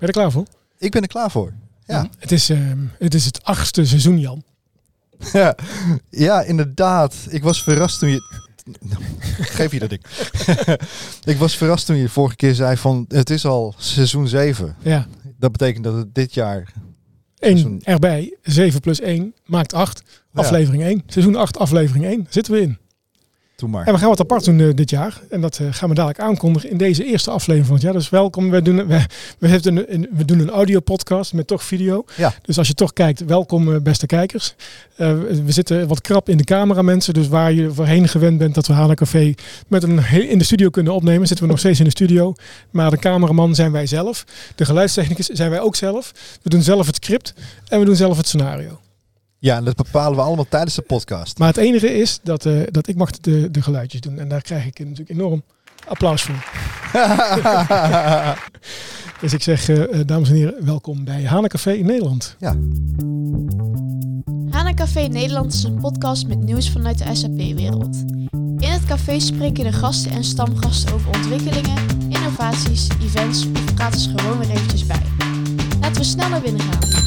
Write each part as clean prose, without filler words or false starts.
je er klaar voor? Ik ben er klaar voor. Ja, Het is het 8e seizoen, Jan. ja, inderdaad. Ik was verrast toen je... Geef je dat ding. Ik was verrast toen je de vorige keer zei van... Het is al seizoen 7. Ja. Dat betekent dat het dit jaar... 1 erbij, 7 plus 1 maakt 8. Aflevering 1. Seizoen 8, aflevering 1. Zitten we in. Doe maar. En we gaan wat apart doen dit jaar. En dat gaan we dadelijk aankondigen in deze eerste aflevering van het jaar. Dus welkom. We doen een audio-podcast met toch video. Ja. Dus als je toch kijkt, welkom beste kijkers. We zitten wat krap in de camera, mensen. Dus waar je voorheen gewend bent dat we Hana Café in de studio kunnen opnemen, zitten we nog steeds in de studio. Maar de cameraman zijn wij zelf. De geluidstechnicus zijn wij ook zelf. We doen zelf het script en we doen zelf het scenario. Ja, en dat bepalen we allemaal tijdens de podcast. Maar het enige is dat ik mag de geluidjes doen. En daar krijg ik natuurlijk enorm applaus voor. Dus ik zeg, dames en heren, welkom bij Hana Café in Nederland. Ja. Hana Café Nederland is een podcast met nieuws vanuit de SAP-wereld. In het café spreken de gasten en stamgasten over ontwikkelingen, innovaties, events of praten ze gewoon weer eventjes bij. Laten we snel naar binnen gaan.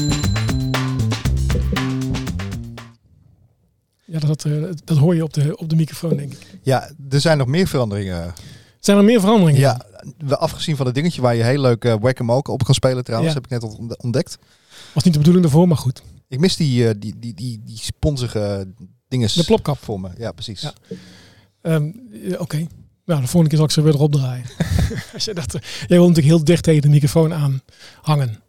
Ja, dat hoor je op de microfoon, denk ik. Ja, er zijn nog meer veranderingen. Zijn er meer veranderingen? Ja, afgezien van het dingetje waar je heel leuk Whack-A-Mole op kan spelen trouwens, heb ik net ontdekt. Was niet de bedoeling daarvoor, maar goed. Ik mis die sponzige dinges. De plopkap. Voor me. Ja, precies. Ja. Oké. Nou, de volgende keer zal ik ze weer erop draaien. Als je jij wil natuurlijk heel dicht tegen de microfoon aan hangen.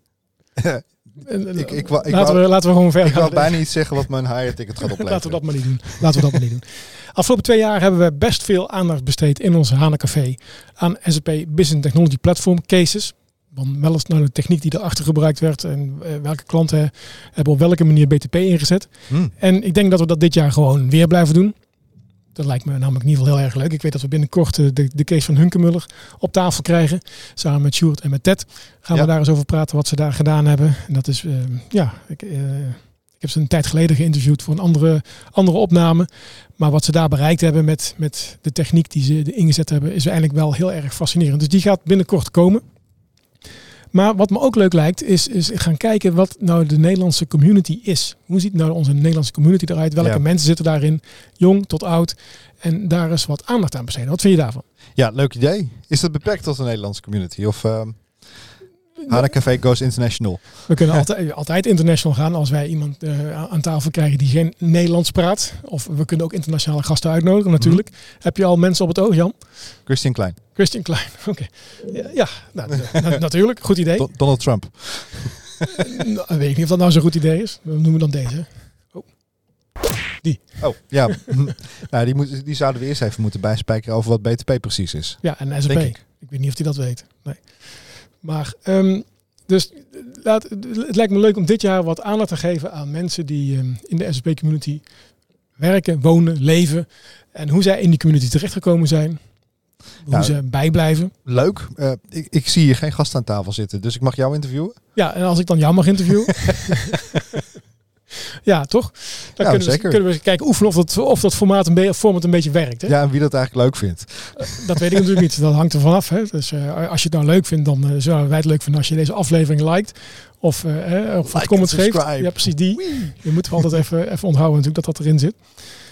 Laten we gewoon verder gaan. Ik wou gaan. bijna iets zeggen wat mijn HR-ticket gaat opleveren. Laten we dat maar niet doen. Afgelopen 2 jaar hebben we best veel aandacht besteed in ons Hana Café aan SAP Business Technology Platform cases. Van wel eens naar de techniek die erachter gebruikt werd en welke klanten hebben op welke manier BTP ingezet. En ik denk dat we dat dit jaar gewoon weer blijven doen. Dat lijkt me namelijk in ieder geval heel erg leuk. Ik weet dat we binnenkort de case van Hunkemuller op tafel krijgen. Samen met Sjoerd en met Ted gaan we daar eens over praten wat ze daar gedaan hebben. En dat is, ik heb ze een tijd geleden geïnterviewd voor een andere opname. Maar wat ze daar bereikt hebben met de techniek die ze ingezet hebben, is eigenlijk wel heel erg fascinerend. Dus die gaat binnenkort komen. Maar wat me ook leuk lijkt, is gaan kijken wat nou de Nederlandse community is. Hoe ziet nou onze Nederlandse community eruit? Welke mensen zitten daarin? Jong tot oud. En daar is wat aandacht aan besteden. Wat vind je daarvan? Ja, leuk idee. Is dat beperkt tot de Nederlandse community? Of Hana Café goes international? We kunnen altijd international gaan als wij iemand aan tafel krijgen die geen Nederlands praat. Of we kunnen ook internationale gasten uitnodigen natuurlijk. Heb je al mensen op het oog, Jan? Christian Klein, oké. Ja, natuurlijk. Goed idee. Donald Trump. Weet ik niet of dat nou zo'n goed idee is. We noemen dan deze. Die. Oh, ja. Nou, die zouden we eerst even moeten bijspijkeren over wat BTP precies is. Ja, en SAP. Ik weet niet of die dat weet. Nee. Maar, dus het lijkt me leuk om dit jaar wat aandacht te geven aan mensen die in de SAP-community werken, wonen, leven. En hoe zij in die community terechtgekomen zijn. Hoe ze bijblijven. Leuk. Ik zie hier geen gast aan tafel zitten, dus ik mag jou interviewen? Ja, en als ik dan jou mag interviewen. Ja, toch? Dan kunnen we kijken oefenen of dat format een beetje werkt. Hè? Ja, en wie dat eigenlijk leuk vindt. Dat weet ik natuurlijk niet. Dat hangt ervan af. Hè? Dus als je het nou leuk vindt, dan zouden wij het leuk vinden als je deze aflevering liked. Of like comments geeft. Ja, precies die. Wee. Je moet altijd even onthouden natuurlijk dat erin zit.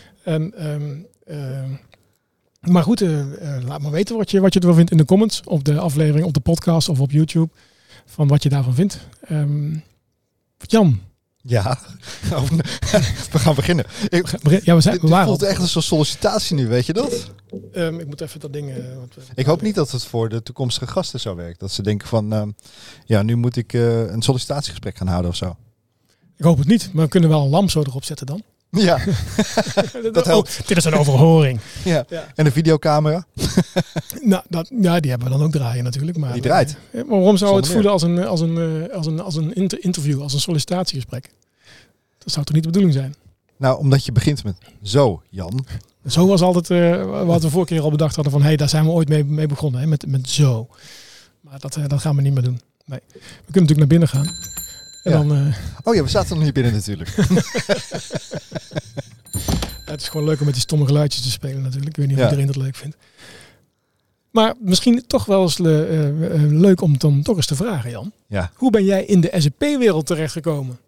Maar goed, laat maar weten wat je ervan vindt in de comments. Op de aflevering, op de podcast of op YouTube. Van wat je daarvan vindt. Jan. Ja, we gaan beginnen. Het voelt echt als een sollicitatie nu, weet je dat? Ik moet even dat ding... ik hoop niet dat het voor de toekomstige gasten zo werkt. Dat ze denken van, nu moet ik een sollicitatiegesprek gaan houden of zo. Ik hoop het niet, maar we kunnen wel een lamp zo erop zetten dan. Ja, dat helpt. Dit is een overhoring. Ja. En een videocamera? Die hebben we dan ook draaien natuurlijk. Maar, die draait. Maar waarom zou het voelen als een interview, als een sollicitatiegesprek? Dat zou toch niet de bedoeling zijn? Nou, omdat je begint met zo, Jan. Zo was altijd wat we vorige keer al bedacht hadden van, daar zijn we ooit mee begonnen, hè, met zo. Maar dat gaan we niet meer doen. Nee. We kunnen natuurlijk naar binnen gaan. En dan, we zaten nog niet binnen natuurlijk. Het is gewoon leuk om met die stomme geluidjes te spelen natuurlijk. Ik weet niet of iedereen dat leuk vindt. Maar misschien toch wel eens leuk om dan toch eens te vragen, Jan. Ja. Hoe ben jij in de SAP-wereld terechtgekomen?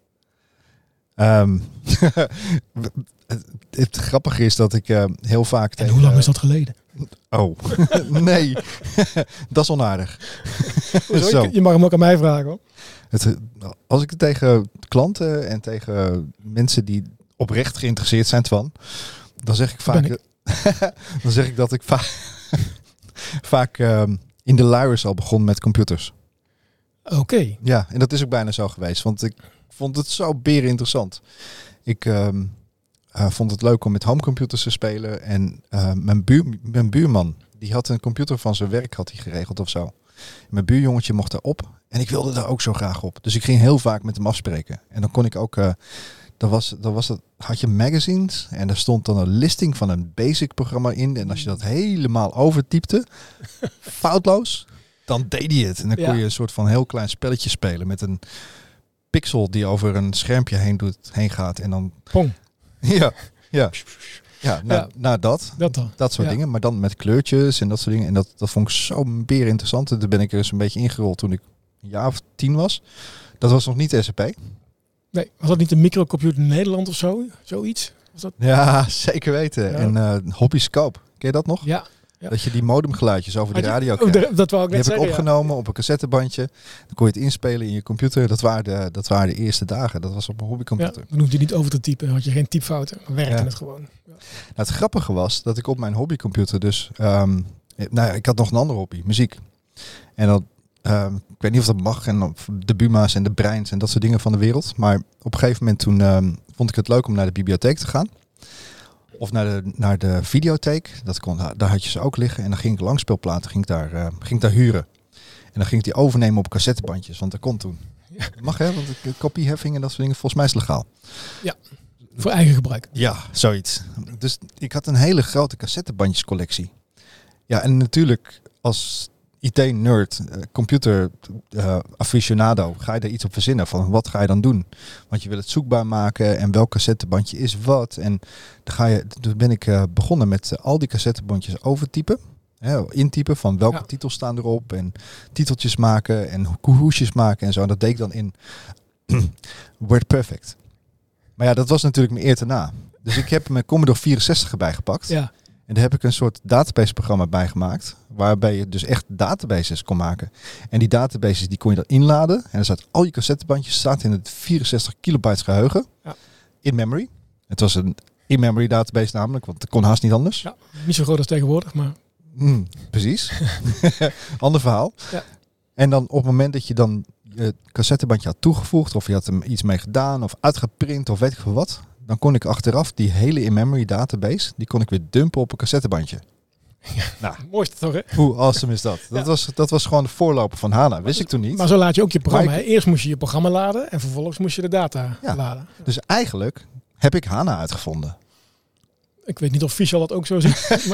Het grappige is dat ik heel vaak... En hoe lang is dat geleden? Oh, nee. Dat is onaardig. Zo. Je mag hem ook aan mij vragen, hoor. Als ik het tegen klanten en tegen mensen die oprecht geïnteresseerd zijn dan zeg ik vaak... dan zeg ik dat ik vaak in de luiers al begon met computers. Oké. Ja, en dat is ook bijna zo geweest. Want ik vond het zo beren interessant. Ik vond het leuk om met homecomputers te spelen. En mijn buurman, die had een computer van zijn werk had hij geregeld of zo. Mijn buurjongetje mocht daarop. En ik wilde daar ook zo graag op. Dus ik ging heel vaak met hem afspreken. En dan kon ik ook... had je magazines en daar stond dan een listing van een basic programma in. En als je dat helemaal overtypte, foutloos, dan deed hij het. En dan kon je een soort van heel klein spelletje spelen met een pixel die over een schermpje heen gaat. En dan... Pong. Dat soort dingen. Maar dan met kleurtjes en dat soort dingen. En dat vond ik zo beren interessant. En toen ben ik er eens een beetje ingerold toen ik een jaar of 10 was. Dat was nog niet SAP. Nee, was dat niet een microcomputer in Nederland of zo? Zoiets? Was dat... Ja, zeker weten. Ja. En Hobbyscope, ken je dat nog? Ja. Dat je die modemgeluidjes over de radio krijgt. Dat wou ik net die zeggen, heb ik opgenomen op een cassettebandje. Dan kon je het inspelen in je computer. Dat waren de eerste dagen. Dat was op een hobbycomputer. Ja, dan hoefde je niet over te typen. Dan had je geen typfouten. Dan werkte het gewoon. Ja. Nou, het grappige was dat ik op mijn hobbycomputer dus... ik had nog een andere hobby, muziek. En dat... ik weet niet of dat mag. En de Buma's en de Breins en dat soort dingen van de wereld. Maar op een gegeven moment toen vond ik het leuk om naar de bibliotheek te gaan. Of naar de videotheek. Daar had je ze ook liggen. En dan ging ik langspeelplaten ging ik daar huren. En dan ging ik die overnemen op cassettebandjes. Want dat kon toen. Ja. Mag hè, want kopieheffing en dat soort dingen. Volgens mij is het legaal. Ja, voor eigen gebruik. Ja, zoiets. Dus ik had een hele grote cassettebandjescollectie. Ja, en natuurlijk als IT-nerd, computer aficionado, ga je er iets op verzinnen van wat ga je dan doen? Want je wil het zoekbaar maken en welk cassettebandje is wat. En toen ben ik begonnen met al die cassettebandjes overtypen. Intypen van welke titels staan erop en titeltjes maken en hoesjes maken en zo. En dat deed ik dan in WordPerfect. Maar ja, dat was natuurlijk mijn eer te na. Dus ik heb mijn Commodore 64 erbij gepakt. Ja. En daar heb ik een soort database-programma bij gemaakt. Waarbij je dus echt databases kon maken. En die databases die kon je dan inladen. En dan staat al je cassettebandjes staat in het 64 kilobytes geheugen. Ja. In memory. Het was een in-memory database namelijk. Want het kon haast niet anders. Ja, niet zo groot als tegenwoordig, maar... Precies. Ander verhaal. Ja. En dan op het moment dat je dan je cassettebandje had toegevoegd. Of je had hem iets mee gedaan. Of uitgeprint of weet ik veel wat. Dan kon ik achteraf die hele in-memory database, die kon ik weer dumpen op een cassettebandje. Ja, nou, mooiste toch, hè? Hoe awesome is dat? Dat was gewoon de voorloper van HANA. Wist ik toen niet. Maar zo laat je ook je programma. Eerst moest je je programma laden en vervolgens moest je de data laden. Ja. Dus eigenlijk heb ik HANA uitgevonden. Ik weet niet of Fischl dat ook zo ziet.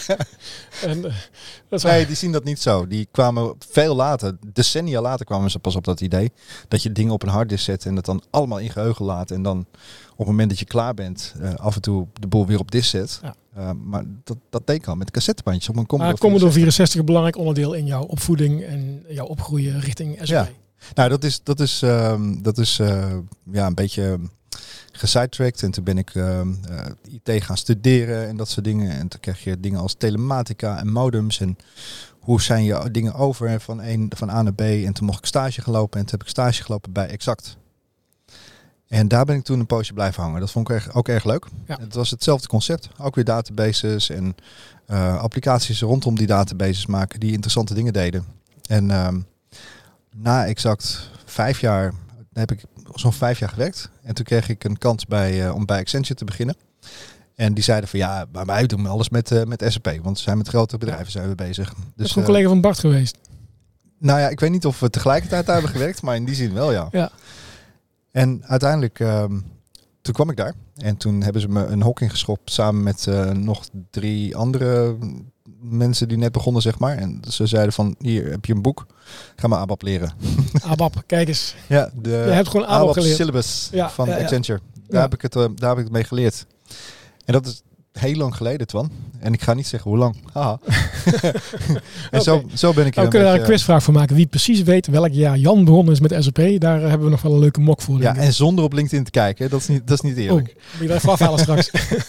Nee, die zien dat niet zo. Die kwamen veel later, decennia later kwamen ze pas op dat idee. Dat je dingen op een harddisk zet en dat dan allemaal in geheugen laat. En dan op het moment dat je klaar bent, af en toe de boel weer op disk zet. Ja. Maar dat deed ik al met cassettebandjes op een Commodore 64. Commodore 64 een belangrijk onderdeel in jouw opvoeding en jouw opgroeien richting SAP. Ja. Nou, dat is een beetje... gesidetracked en toen ben ik IT gaan studeren en dat soort dingen. En toen kreeg je dingen als telematica en modems en hoe zijn je dingen over van A naar B. En toen mocht ik stage gelopen en toen heb ik stage gelopen bij Exact. En daar ben ik toen een poosje blijven hangen. Dat vond ik ook erg leuk. Ja. Het was hetzelfde concept. Ook weer databases en applicaties rondom die databases maken die interessante dingen deden. En na Exact 5 jaar heb ik zo'n 5 jaar gewerkt. En toen kreeg ik een kans om bij Accenture te beginnen. En die zeiden van ja, maar wij doen alles met SAP. Want we zijn met grote bedrijven zijn we bezig. Dus, dat is een collega van Bart geweest. Nou ja, ik weet niet of we tegelijkertijd hebben gewerkt. Maar in die zin wel, ja. En uiteindelijk, toen kwam ik daar. En toen hebben ze me een hok ingeschopt samen met nog 3 andere mensen die net begonnen, zeg maar. En ze zeiden van, hier heb je een boek. Ga maar ABAP leren. ABAP, kijk eens. Ja, je hebt gewoon ABAP geleerd. Syllabus van Accenture. Daar heb ik het mee geleerd. En dat is heel lang geleden, Twan. En ik ga niet zeggen hoe lang. Haha. En zo ben ik... We kunnen daar een quizvraag voor maken. Wie precies weet welk jaar Jan begonnen is met SAP, daar hebben we nog wel een leuke mok voor. Ja, en zonder op LinkedIn te kijken. Dat is niet eerlijk. Moet je daar even afhalen straks.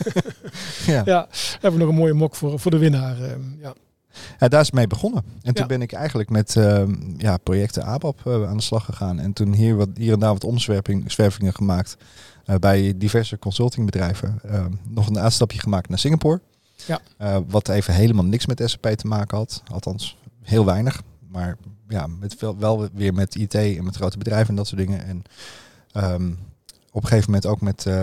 Ja, hebben we nog een mooie mok voor de winnaar. Ja, daar is mee begonnen. En toen ben ik eigenlijk met projecten ABAP aan de slag gegaan. En toen hier en daar wat omzwervingen gemaakt bij diverse consultingbedrijven. Nog een uitstapje gemaakt naar Singapore. Ja. Wat even helemaal niks met SAP te maken had. Althans, heel weinig. Maar ja, wel weer met IT en met grote bedrijven en dat soort dingen. En op een gegeven moment ook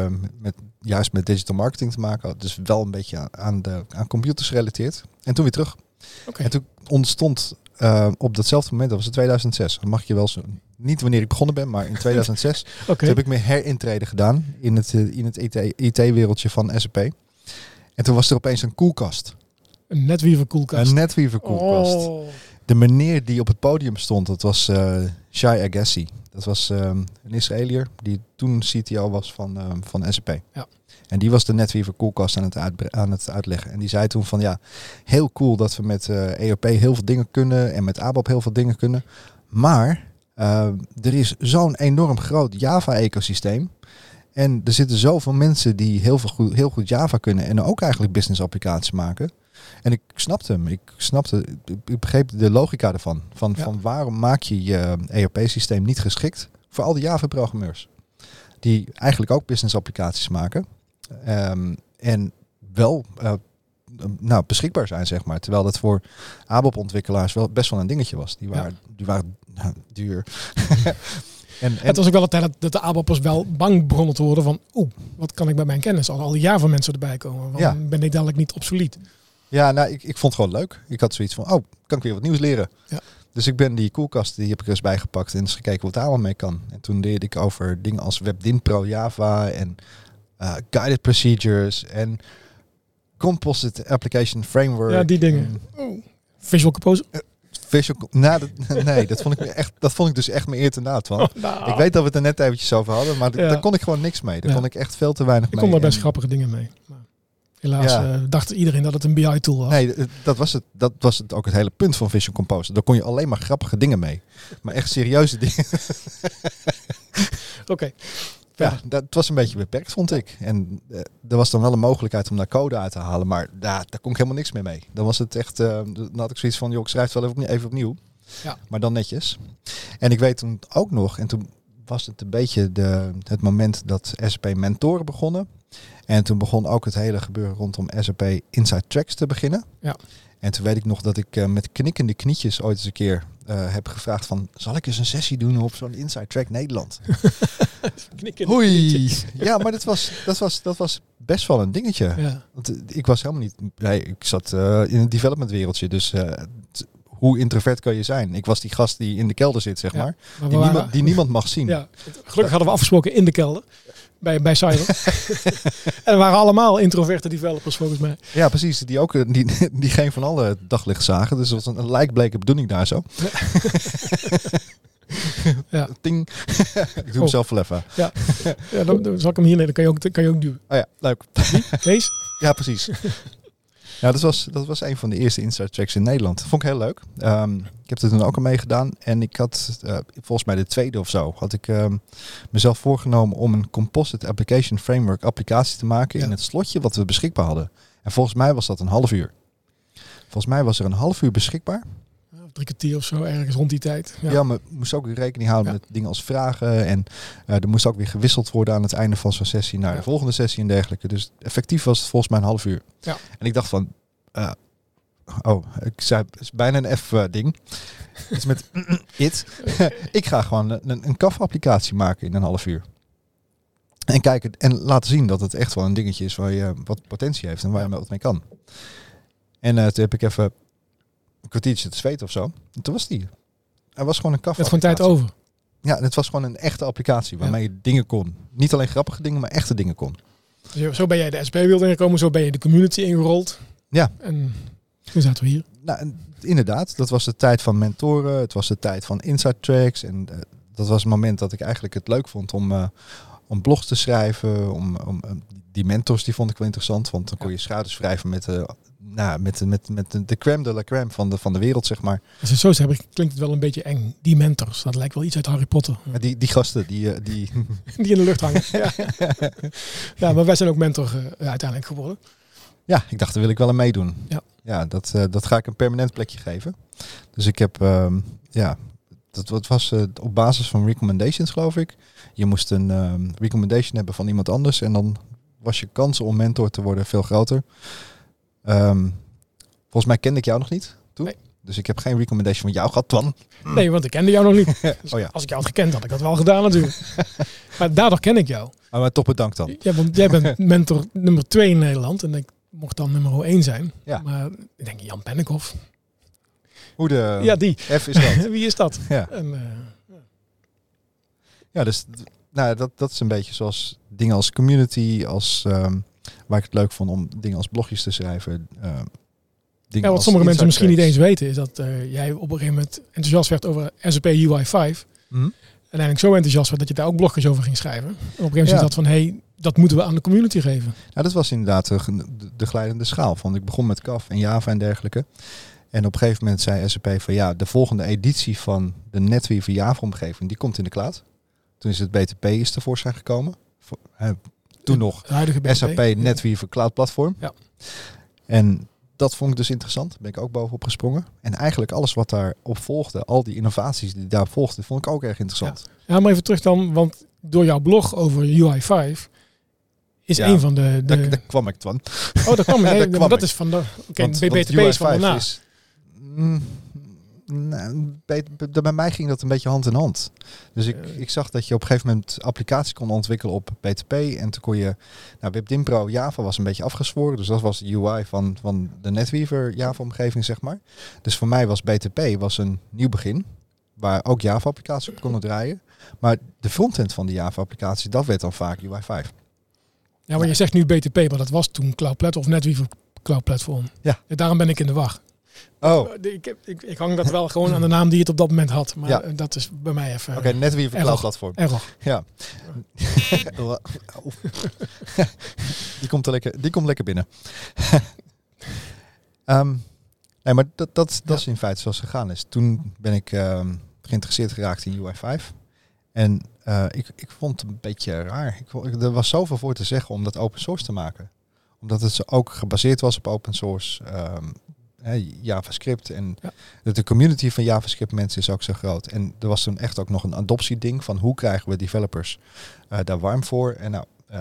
met digital marketing te maken had. Dus wel een beetje aan computers gerelateerd. En toen weer terug. Okay. En toen ontstond op datzelfde moment, dat was in 2006. Dan mag je wel zo, niet wanneer ik begonnen ben, maar in 2006. Toen heb ik mijn herintrede gedaan in het IT-wereldje van SAP. En toen was er opeens een koelkast. Een NetWeaver koelkast. Een NetWeaver koelkast. Oh. De meneer die op het podium stond, dat was Shai Agassi. Dat was een Israëliër die toen CTO was van SAP. Ja. En die was de NetWeaver koelkast aan het uitleggen. En die zei toen van ja, heel cool dat we met ERP heel veel dingen kunnen en met ABAP heel veel dingen kunnen. Maar er is zo'n enorm groot Java-ecosysteem. En er zitten zoveel mensen die heel goed Java kunnen en ook eigenlijk business applicaties maken. En ik snapte hem. Ik begreep de logica ervan. Van waarom maak je je ERP-systeem niet geschikt voor al die Java-programmeurs? Die eigenlijk ook business applicaties maken. En wel beschikbaar zijn, zeg maar. Terwijl dat voor ABAP-ontwikkelaars wel best wel een dingetje was. Die waren duur. En het was ook wel een tijd dat de ABAP'ers wel bang begonnen te worden van wat kan ik bij mijn kennis? Als al die Java mensen erbij komen. Ben ik dadelijk niet obsolet? Ja, nou, ik vond het gewoon leuk. Ik had zoiets van, kan ik weer wat nieuws leren? Ja. Dus ik ben die koelkast, die heb ik er eens bijgepakt en eens gekeken wat daar allemaal mee kan. En toen leerde ik over dingen als WebDyn Pro Java en guided procedures en composite application framework. Ja, die dingen. Visual Composer? Dat vond ik dus echt mijn eer te naad van. Ik weet dat we het er net eventjes over hadden, maar daar kon ik gewoon niks mee. Daar kon ik echt veel te weinig mee. Ik kon daar best grappige dingen mee. Maar helaas dacht iedereen dat het een BI-tool was. Nee, dat was het ook het hele punt van Visual Composer. Daar kon je alleen maar grappige dingen mee. Maar echt serieuze dingen. Oké. Ja, dat was een beetje beperkt, vond ik. En er was dan wel een mogelijkheid om daar code uit te halen. Maar daar kon ik helemaal niks meer mee. Dan was het echt, dan had ik zoiets van, ik schrijf het wel even opnieuw. Ja. Maar dan netjes. En ik weet toen ook nog, en toen was het een beetje het moment dat SAP mentoren begonnen. En toen begon ook het hele gebeuren rondom SAP Inside Tracks te beginnen. Ja. En toen weet ik nog dat ik met knikkende knietjes ooit eens een keer heb gevraagd van, zal ik eens een sessie doen op zo'n Inside Track Nederland? Hoi. Ja, maar dat was best wel een dingetje. Ja. Want ik was helemaal niet... Nee, ik zat in het development wereldje, dus hoe introvert kan je zijn? Ik was die gast die in de kelder zit, zeg maar. Die niemand mag zien. Ja. Gelukkig hadden we afgesproken in de kelder. Bij Cyber. En we waren allemaal introverte developers volgens mij. Ja, precies. Die geen van alle daglicht zagen. Dus dat was een lijkbleke bedoeling daar zo. Ja. Ting. Ik doe hem zelf wel even. Ja, dan zal ik hem hier nemen. Dan kan je ook duwen. Oh ja, leuk. Deze? Ja, precies. Ja, dat was een van de eerste Inside Tracks in Nederland. Dat vond ik heel leuk. Ik heb er toen ook al mee gedaan. En ik had, volgens mij de tweede of zo, had ik mezelf voorgenomen om een Composite Application Framework applicatie te maken in het slotje wat we beschikbaar hadden. En volgens mij was dat een half uur. Volgens mij was er een half uur beschikbaar. 3 kwartier of zo, ergens rond die tijd. Ja, maar moest ook weer rekening houden met dingen als vragen. En er moest ook weer gewisseld worden aan het einde van zo'n sessie naar de volgende sessie en dergelijke. Dus effectief was het volgens mij een half uur. Ja. En ik dacht van, ik zei, het is bijna een F-ding. Dus met ik ga gewoon een CAF-applicatie maken in een half uur. En kijken en laten zien dat het echt wel een dingetje is waar je wat potentie heeft en waar je wat mee kan. En toen heb ik even een kwartiertje te zweten of zo. En toen was die. Er was gewoon een kaf. Het gewoon tijd over. Ja, het was gewoon een echte applicatie waarmee je dingen kon. Niet alleen grappige dingen, maar echte dingen kon. Zo ben jij de SP-wereld ingekomen, zo ben je de community ingerold. Ja. En toen zaten we hier. Nou, inderdaad, dat was de tijd van mentoren. Het was de tijd van Inside Tracks. En dat was het moment dat ik eigenlijk het leuk vond om om blogs te schrijven, om die mentors, die vond ik wel interessant, want dan kon je schouders wrijven met de crème de la crème van de wereld, zeg maar. Als je het zo zegt, klinkt het wel een beetje eng. Die mentors, dat lijkt wel iets uit Harry Potter. Ja, die gasten, die die in de lucht hangen. Ja, maar wij zijn ook mentor uiteindelijk geworden. Ja, ik dacht, daar wil ik wel aan meedoen. Ja, dat ga ik een permanent plekje geven. Dus ik heb, dat was op basis van recommendations, geloof ik. Je moest een recommendation hebben van iemand anders en dan was je kans om mentor te worden veel groter. Volgens mij kende ik jou nog niet toen. Nee. Dus ik heb geen recommendation van jou gehad, Twan. Nee, want ik kende jou nog niet. Dus Oh ja. als ik jou had gekend, had ik dat wel gedaan natuurlijk. Maar daardoor ken ik jou. Maar toch bedankt dan. Ja, want jij bent mentor nummer 2 in Nederland. En ik mocht dan nummer 1 zijn. Ja. Maar ik denk Jan Pennekoff. Hoe de Ja, die. F is dat? Wie is dat? Ja. Ja, dus dat is een beetje zoals dingen als community, als waar ik het leuk vond om dingen als blogjes te schrijven. Ja, wat sommige mensen misschien niet eens weten, is dat jij op een gegeven moment enthousiast werd over SAP UI5. Mm-hmm. En eigenlijk zo enthousiast werd dat je daar ook blogjes over ging schrijven. En op een gegeven moment zat van, dat moeten we aan de community geven. Ja, dat was inderdaad de glijdende schaal. Van ik begon met CAF en Java en dergelijke. En op een gegeven moment zei SAP van de volgende editie van de NetWeaver Java-omgeving, die komt in de cloud. Toen is het BTP tevoorschijn gekomen. Toen nog SAP NetWeaver Cloud Platform. Ja. En dat vond ik dus interessant. Daar ben ik ook bovenop gesprongen. En eigenlijk alles wat daarop volgde, al die innovaties die daarop volgden, vond ik ook erg interessant. Ja, maar even terug dan, want door jouw blog over UI5 is een van de... Daar kwam ik, Twan. Oh, daar kwam ik. Maar dat is van de... Oké, BTP is van daarna. Bij mij ging dat een beetje hand in hand. Dus ik zag dat je op een gegeven moment applicaties kon ontwikkelen op BTP. En toen kon je... WebDimpro Java was een beetje afgezworen. Dus dat was de UI van de NetWeaver Java-omgeving, zeg maar. Dus voor mij was BTP een nieuw begin. Waar ook Java-applicaties op konden draaien. Maar de frontend van die Java-applicatie, dat werd dan vaak UI5. Ja, maar je zegt nu BTP, maar dat was toen Cloud Platform of NetWeaver Cloud Platform. Ja. En daarom ben ik in de war. Oh. Ik hang dat wel gewoon aan de naam die het op dat moment had. Maar dat is bij mij even... Oké, NetWeaver Cloud Platform. Error. Ja. Die komt lekker binnen. Nee, maar dat is in feite zoals het gegaan is. Toen ben ik geïnteresseerd geraakt in UI5. En ik vond het een beetje raar. Er was zoveel voor te zeggen om dat open source te maken. Omdat het ook gebaseerd was op open source JavaScript. En de community van JavaScript mensen is ook zo groot. En er was toen echt ook nog een adoptieding van hoe krijgen we developers daar warm voor. En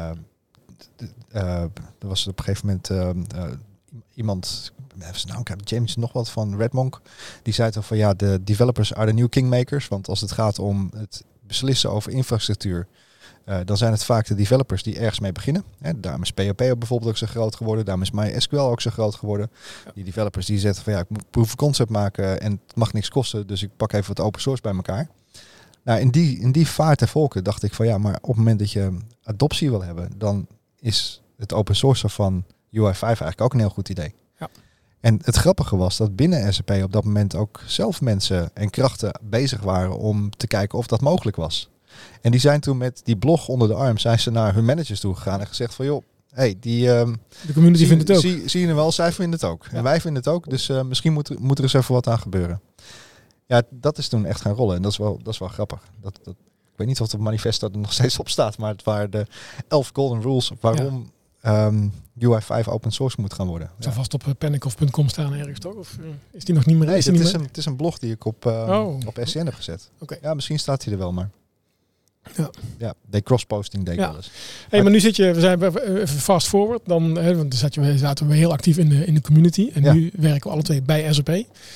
er was op een gegeven moment iemand, ik heb James nog wat van Redmonk, die zei toch van de developers are the new kingmakers. Want als het gaat om het beslissen over infrastructuur, dan zijn het vaak de developers die ergens mee beginnen. Daarom is PHP bijvoorbeeld ook zo groot geworden. Daarom is MySQL ook zo groot geworden. Ja. Die developers die zetten van ik moet proof of concept maken en het mag niks kosten. Dus ik pak even wat open source bij elkaar. Nou, in die vaart der volken dacht ik van maar op het moment dat je adoptie wil hebben, dan is het open source van UI5 eigenlijk ook een heel goed idee. Ja. En het grappige was dat binnen SAP op dat moment ook zelf mensen en krachten bezig waren om te kijken of dat mogelijk was. En die zijn toen met die blog onder de arm zijn ze naar hun managers toe gegaan en gezegd van de community vindt het ook. Zie je wel, zij vinden het ook. Ja. En wij vinden het ook, dus misschien moet er eens even wat aan gebeuren. Ja, dat is toen echt gaan rollen en dat is wel grappig. Ik weet niet of het manifest er nog steeds op staat, maar het waren de 11 golden rules waarom UI5 open source moet gaan worden. Het zou vast op pennekoff.com staan ergens toch? Of is die nog niet meer? Nee, het is een blog die ik op SCN heb gezet. Okay. Ja, misschien staat hij er wel, maar... Ja, de crossposting deed ik wel eens. Hey, maar nu we zijn even fast forward. Dan, want zaten we heel actief in de community. En nu werken we alle twee bij SAP.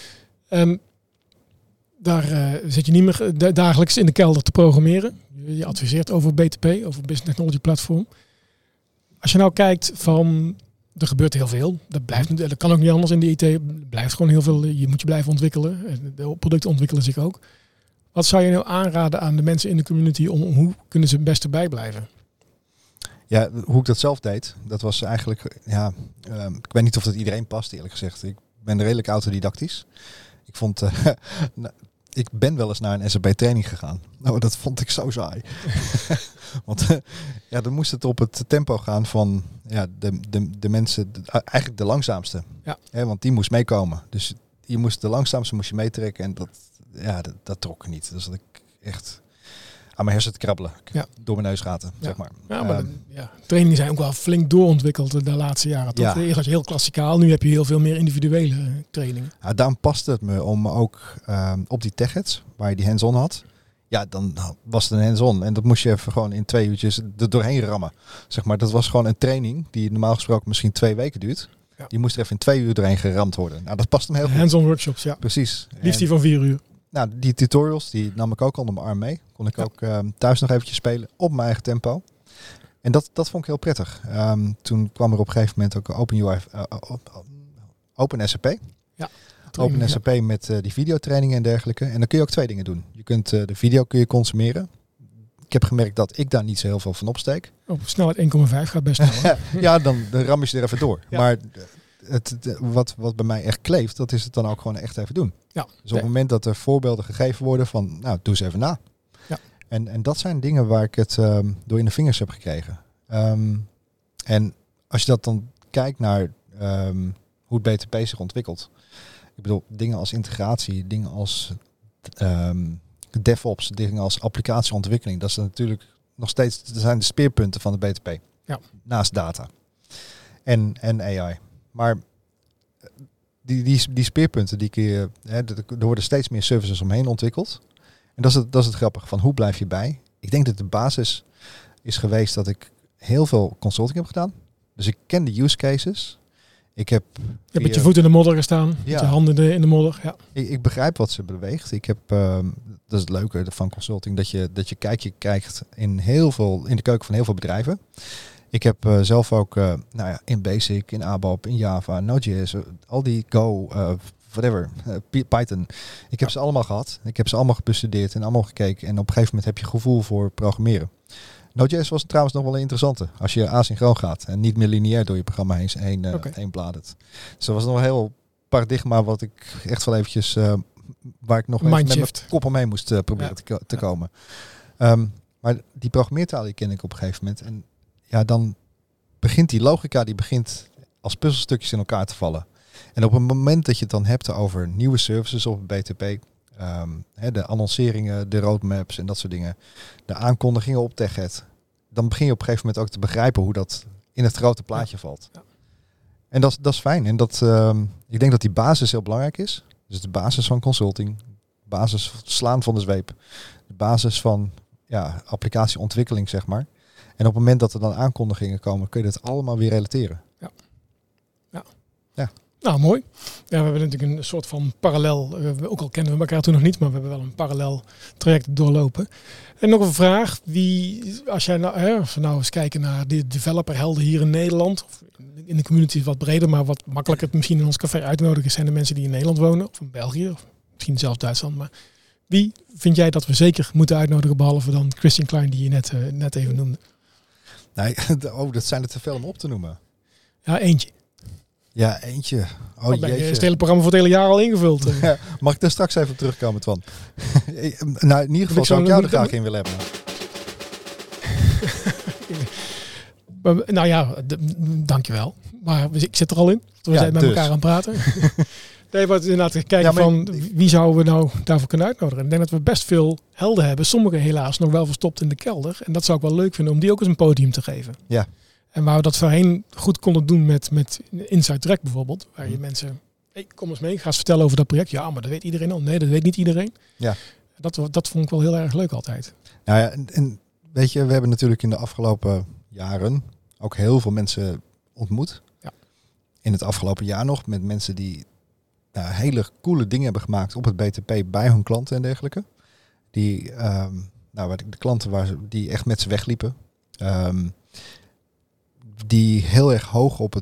Daar zit je niet meer dagelijks in de kelder te programmeren. Je adviseert over BTP, over Business Technology Platform. Als je nou kijkt van, er gebeurt heel veel. Dat kan ook niet anders in de IT. Er blijft gewoon heel veel. Je moet je blijven ontwikkelen. De producten ontwikkelen zich ook. Wat zou je nou aanraden aan de mensen in de community om hoe kunnen ze het beste bijblijven? Ja, hoe ik dat zelf deed, dat was eigenlijk, ik weet niet of dat iedereen past eerlijk gezegd. Ik ben redelijk autodidactisch. Ik vond, ik ben wel eens naar een SAP training gegaan. Nou, dat vond ik zo saai. Want dan moest het op het tempo gaan van de mensen, eigenlijk de langzaamste. Ja. Want die moest meekomen. Dus je moest de langzaamste moest je meetrekken en dat trok niet. Dus dat ik echt aan mijn hersen te krabbelen. Door mijn neusgaten, zeg maar. Ja, maar trainingen zijn ook wel flink doorontwikkeld de laatste jaren. Toch? Eerst was je heel klassikaal, nu heb je heel veel meer individuele trainingen. Ja, daarom paste het me om ook op die TechEds, waar je die hands-on had. Ja, dan was het een hands-on. En dat moest je even gewoon in 2 uurtjes er doorheen rammen. Zeg maar, dat was gewoon een training die normaal gesproken misschien 2 weken duurt. Ja. Die moest er even in 2 uur doorheen geramd worden. Nou, dat past hem heel goed. Hands-on workshops, ja. Precies. Liefst die van 4 uur. Nou, die tutorials, die nam ik ook onder mijn arm mee. Kon ik ook thuis nog eventjes spelen op mijn eigen tempo. En dat vond ik heel prettig. Toen kwam er op een gegeven moment ook Open SAP. Ja. Open SAP met die videotrainingen en dergelijke. En dan kun je ook 2 dingen doen. Je kunt de video kun je consumeren. Ik heb gemerkt dat ik daar niet zo heel veel van opsteek. Op snelheid 1,5 gaat best snel. Ja, dan ram je er even door. Ja. Maar wat bij mij echt kleeft, dat is het dan ook gewoon echt even doen. Ja. Dus op het moment dat er voorbeelden gegeven worden van, nou, doe eens even na. Ja. En dat zijn dingen waar ik het door in de vingers heb gekregen. En als je dat dan kijkt naar hoe het BTP zich ontwikkelt. Ik bedoel, dingen als integratie, dingen als DevOps, dingen als applicatieontwikkeling. Dat is natuurlijk nog steeds, dat zijn de speerpunten van de BTP. Ja. Naast data. En AI. Maar die speerpunten, die kun je, er worden steeds meer services omheen ontwikkeld. En dat is het grappige van hoe blijf je bij. Ik denk dat de basis is geweest dat ik heel veel consulting heb gedaan. Dus ik ken de use cases. Ik heb met je voet in de modder gestaan, met je handen in de modder. Ja. Ik begrijp wat ze beweegt. Ik heb, dat is het leuke van consulting, dat je kijkt in de keuken van heel veel bedrijven. Ik heb zelf ook in Basic, in ABAP, in Java, Node.js, al die Go, whatever, Python. Ik heb ze allemaal gehad. Ik heb ze allemaal bestudeerd en allemaal gekeken. En op een gegeven moment heb je gevoel voor programmeren. Node.js was trouwens nog wel een interessante. Als je asynchroon gaat en niet meer lineair door je programma heen bladert. Dus dat was nog een heel paradigma wat ik echt wel eventjes, waar ik nog even met mijn kop omheen moest proberen te komen. Maar die programmeertaal die ken ik op een gegeven moment. En ja, dan begint die logica, die begint als puzzelstukjes in elkaar te vallen. En op het moment dat je het dan hebt over nieuwe services op het BTP, de annonceringen, de roadmaps en dat soort dingen, de aankondigingen op TechEd, dan begin je op een gegeven moment ook te begrijpen hoe dat in het grote plaatje valt. Ja. En dat is fijn. En ik denk dat die basis heel belangrijk is. Dus de basis van consulting, de basis van slaan van de zweep, de basis van applicatieontwikkeling, zeg maar. En op het moment dat er dan aankondigingen komen, kun je dat allemaal weer relateren. Ja. Nou, mooi. Ja, we hebben natuurlijk een soort van parallel, ook al kennen we elkaar toen nog niet, maar we hebben wel een parallel traject doorlopen. En nog een vraag, als we nou eens kijken naar de developerhelden hier in Nederland, of in de community wat breder, maar wat makkelijker misschien in ons café uit te nodigen zijn de mensen die in Nederland wonen, of in België, of misschien zelfs Duitsland. Maar wie vind jij dat we zeker moeten uitnodigen, behalve dan Christian Klein, die je net even noemde? Nee, dat zijn er te veel om op te noemen. Ja, eentje. Ja, eentje. Jeetje. Je het hele programma voor het hele jaar al ingevuld. Ja, mag ik daar straks even op terugkomen, Twan? Nou, in ieder geval zou ik jou er graag in willen hebben. Nou ja, dankjewel. Maar ik zit er al in. We zijn met elkaar aan het praten. Nee, maar inderdaad kijken van wie zouden we nou daarvoor kunnen uitnodigen. Ik denk dat we best veel helden hebben. Sommigen helaas nog wel verstopt in de kelder. En dat zou ik wel leuk vinden om die ook eens een podium te geven. Ja. En waar we dat voorheen goed konden doen met Inside Track bijvoorbeeld. Waar je mensen, kom eens mee, ga eens vertellen over dat project. Ja, maar dat weet iedereen al. Nee, dat weet niet iedereen. Ja. Dat vond ik wel heel erg leuk altijd. Nou ja, en weet je, we hebben natuurlijk in de afgelopen jaren ook heel veel mensen ontmoet. Ja. In het afgelopen jaar nog met mensen die hele coole dingen hebben gemaakt op het BTP bij hun klanten en dergelijke. Die, de klanten die echt met ze wegliepen. Die heel erg hoog op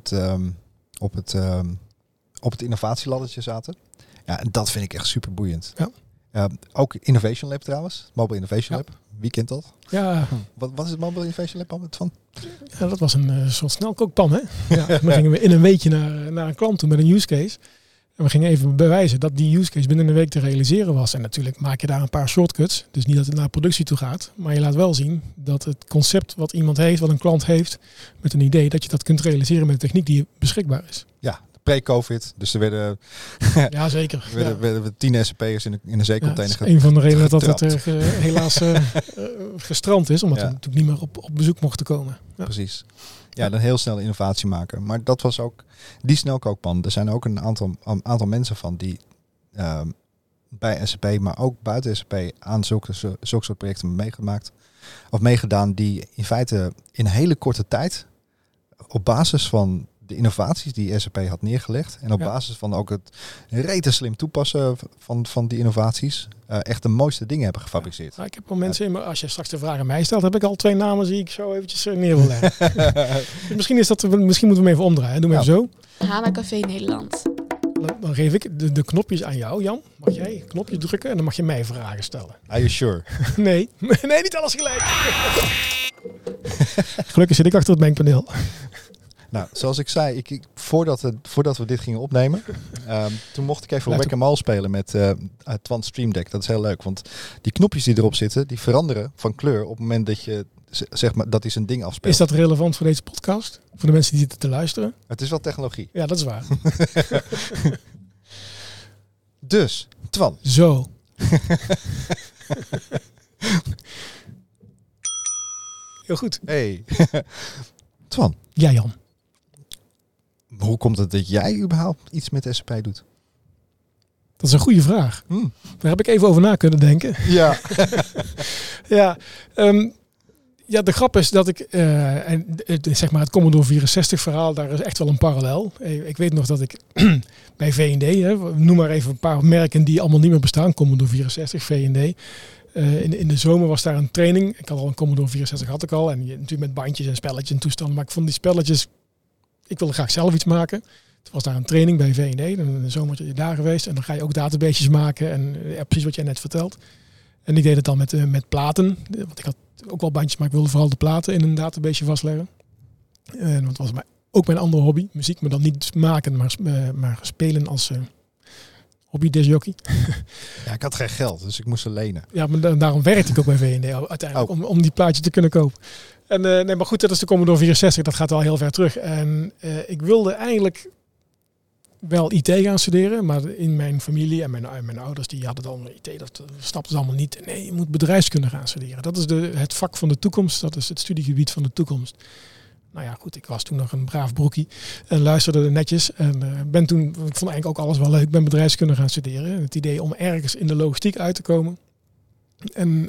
het innovatieladdertje zaten. Ja, en dat vind ik echt super boeiend. Ja. Ook Innovation Lab trouwens. Mobile Innovation Lab. Wie kent dat? Ja. Wat is het Mobile Innovation Lab allemaal van? Ja, dat was een soort snelkookpan, hè? Ja, dan gingen we in een weekje naar een klant toe met een use case. En we gingen even bewijzen dat die use case binnen een week te realiseren was. En natuurlijk maak je daar een paar shortcuts. Dus niet dat het naar productie toe gaat. Maar je laat wel zien dat het concept wat iemand heeft, wat een klant heeft, met een idee, dat je dat kunt realiseren met de techniek die beschikbaar is. Ja, pre-COVID. Dus er werden, Ja, zeker. werden 10 SAP'ers in een zeecontainer dat is een van de redenen dat het getrapt. helaas gestrand is. Omdat we natuurlijk niet meer op bezoek mochten komen. Ja. Precies. Ja, dan heel snel innovatie maken. Maar dat was ook die snelkookpan. Er zijn ook een aantal mensen van die bij SAP, maar ook buiten SAP aan zulke soort projecten meegedaan, die in feite in een hele korte tijd op basis van de innovaties die SAP had neergelegd en op basis van ook het rete slim toepassen van die innovaties echt de mooiste dingen hebben gefabriceerd. Ja, ik heb wel mensen in me, als je straks de vraag aan mij stelt, heb ik al 2 namen die ik zo eventjes neer wil leggen. Dus misschien moeten we hem even omdraaien. Doe hem even zo. HANA Café Nederland. Dan geef ik de knopjes aan jou, Jan. Mag jij een knopje drukken en dan mag je mij vragen stellen. Are you sure? Nee, niet alles gelijk. Gelukkig zit ik achter het mengpaneel. Nou, zoals ik zei, voordat we dit gingen opnemen, toen mocht ik even Whack-A-Mole spelen met Twan Stream Deck. Dat is heel leuk, want die knopjes die erop zitten, die veranderen van kleur op het moment dat je zeg maar dat hij zijn ding afspeelt. Is dat relevant voor deze podcast? Voor de mensen die zitten te luisteren? Het is wel technologie. Ja, dat is waar. Dus, Twan. Zo. Heel goed. Hey. Twan. Ja, Jan. Hoe komt het dat jij überhaupt iets met SAP doet? Dat is een goede vraag. Daar heb ik even over na kunnen denken. Ja. Ja, de grap is dat ik, zeg maar het Commodore 64 verhaal, daar is echt wel een parallel. Ik weet nog dat ik bij V&D, noem maar even een paar merken die allemaal niet meer bestaan. Commodore 64, V&D. In de zomer was daar een training. Ik had al een Commodore 64, had ik al. En natuurlijk met bandjes en spelletjes en toestanden. Maar ik vond die spelletjes, ik wilde graag zelf iets maken. Toen was daar een training bij V&D. In de zomer was je daar geweest. En dan ga je ook databases maken. En precies wat jij net vertelt. En ik deed het dan met platen. Want ik had ook wel bandjes, maar ik wilde vooral de platen in een database vastleggen. Want het was ook mijn andere hobby. Muziek, maar dan niet maken, maar spelen als hobby discjockey. Ja, ik had geen geld, dus ik moest ze lenen. Ja, maar daarom werkte ik ook bij V&D uiteindelijk. Om die plaatjes te kunnen kopen. En nee, maar goed, dat is de Commodore 64. Dat gaat al heel ver terug. En ik wilde eigenlijk wel IT gaan studeren, maar in mijn familie en mijn ouders die hadden dan IT, dat snapten ze allemaal niet. Nee, je moet bedrijfskunde gaan studeren. Dat is het vak van de toekomst. Dat is het studiegebied van de toekomst. Nou ja, goed, ik was toen nog een braaf broekie en luisterde netjes. En ik vond eigenlijk ook alles wel leuk. Ik ben bedrijfskunde gaan studeren. Het idee om ergens in de logistiek uit te komen. En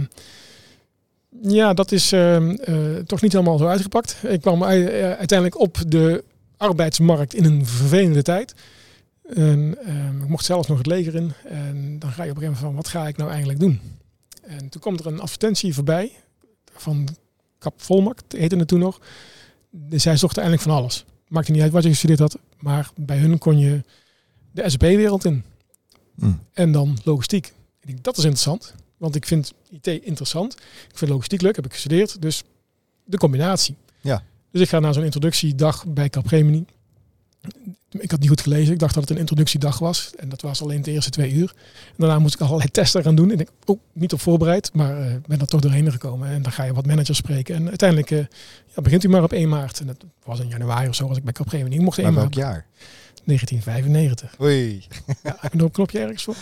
dat is toch niet helemaal zo uitgepakt. Ik kwam uiteindelijk op de arbeidsmarkt in een vervelende tijd. En, ik mocht zelfs nog het leger in. En dan ga je op een gegeven moment van, wat ga ik nou eigenlijk doen? En toen kwam er een advertentie voorbij van Kap Volmak, heette het toen nog. Dus zij zochten eigenlijk van alles. Maakte niet uit wat je gestudeerd had, maar bij hun kon je de SAP-wereld in. En dan logistiek. Ik denk, dat is interessant, want ik vind IT interessant. Ik vind logistiek leuk, heb ik gestudeerd. Dus de combinatie. Ja. Dus ik ga naar zo'n introductiedag bij Capgemini. Ik had niet goed gelezen. Ik dacht dat het een introductiedag was. En dat was alleen de eerste 2 uur. En daarna moest ik allerlei testen gaan doen. En ik denk, niet op voorbereid. Maar ben er toch doorheen gekomen. En dan ga je wat managers spreken. En uiteindelijk begint u maar op 1 maart. En dat was in januari of zo. Was ik bij Capgemini. Ik mocht 1 maart. Welk jaar? 1995. Oei. Ja, heb je nog een knopje ergens voor?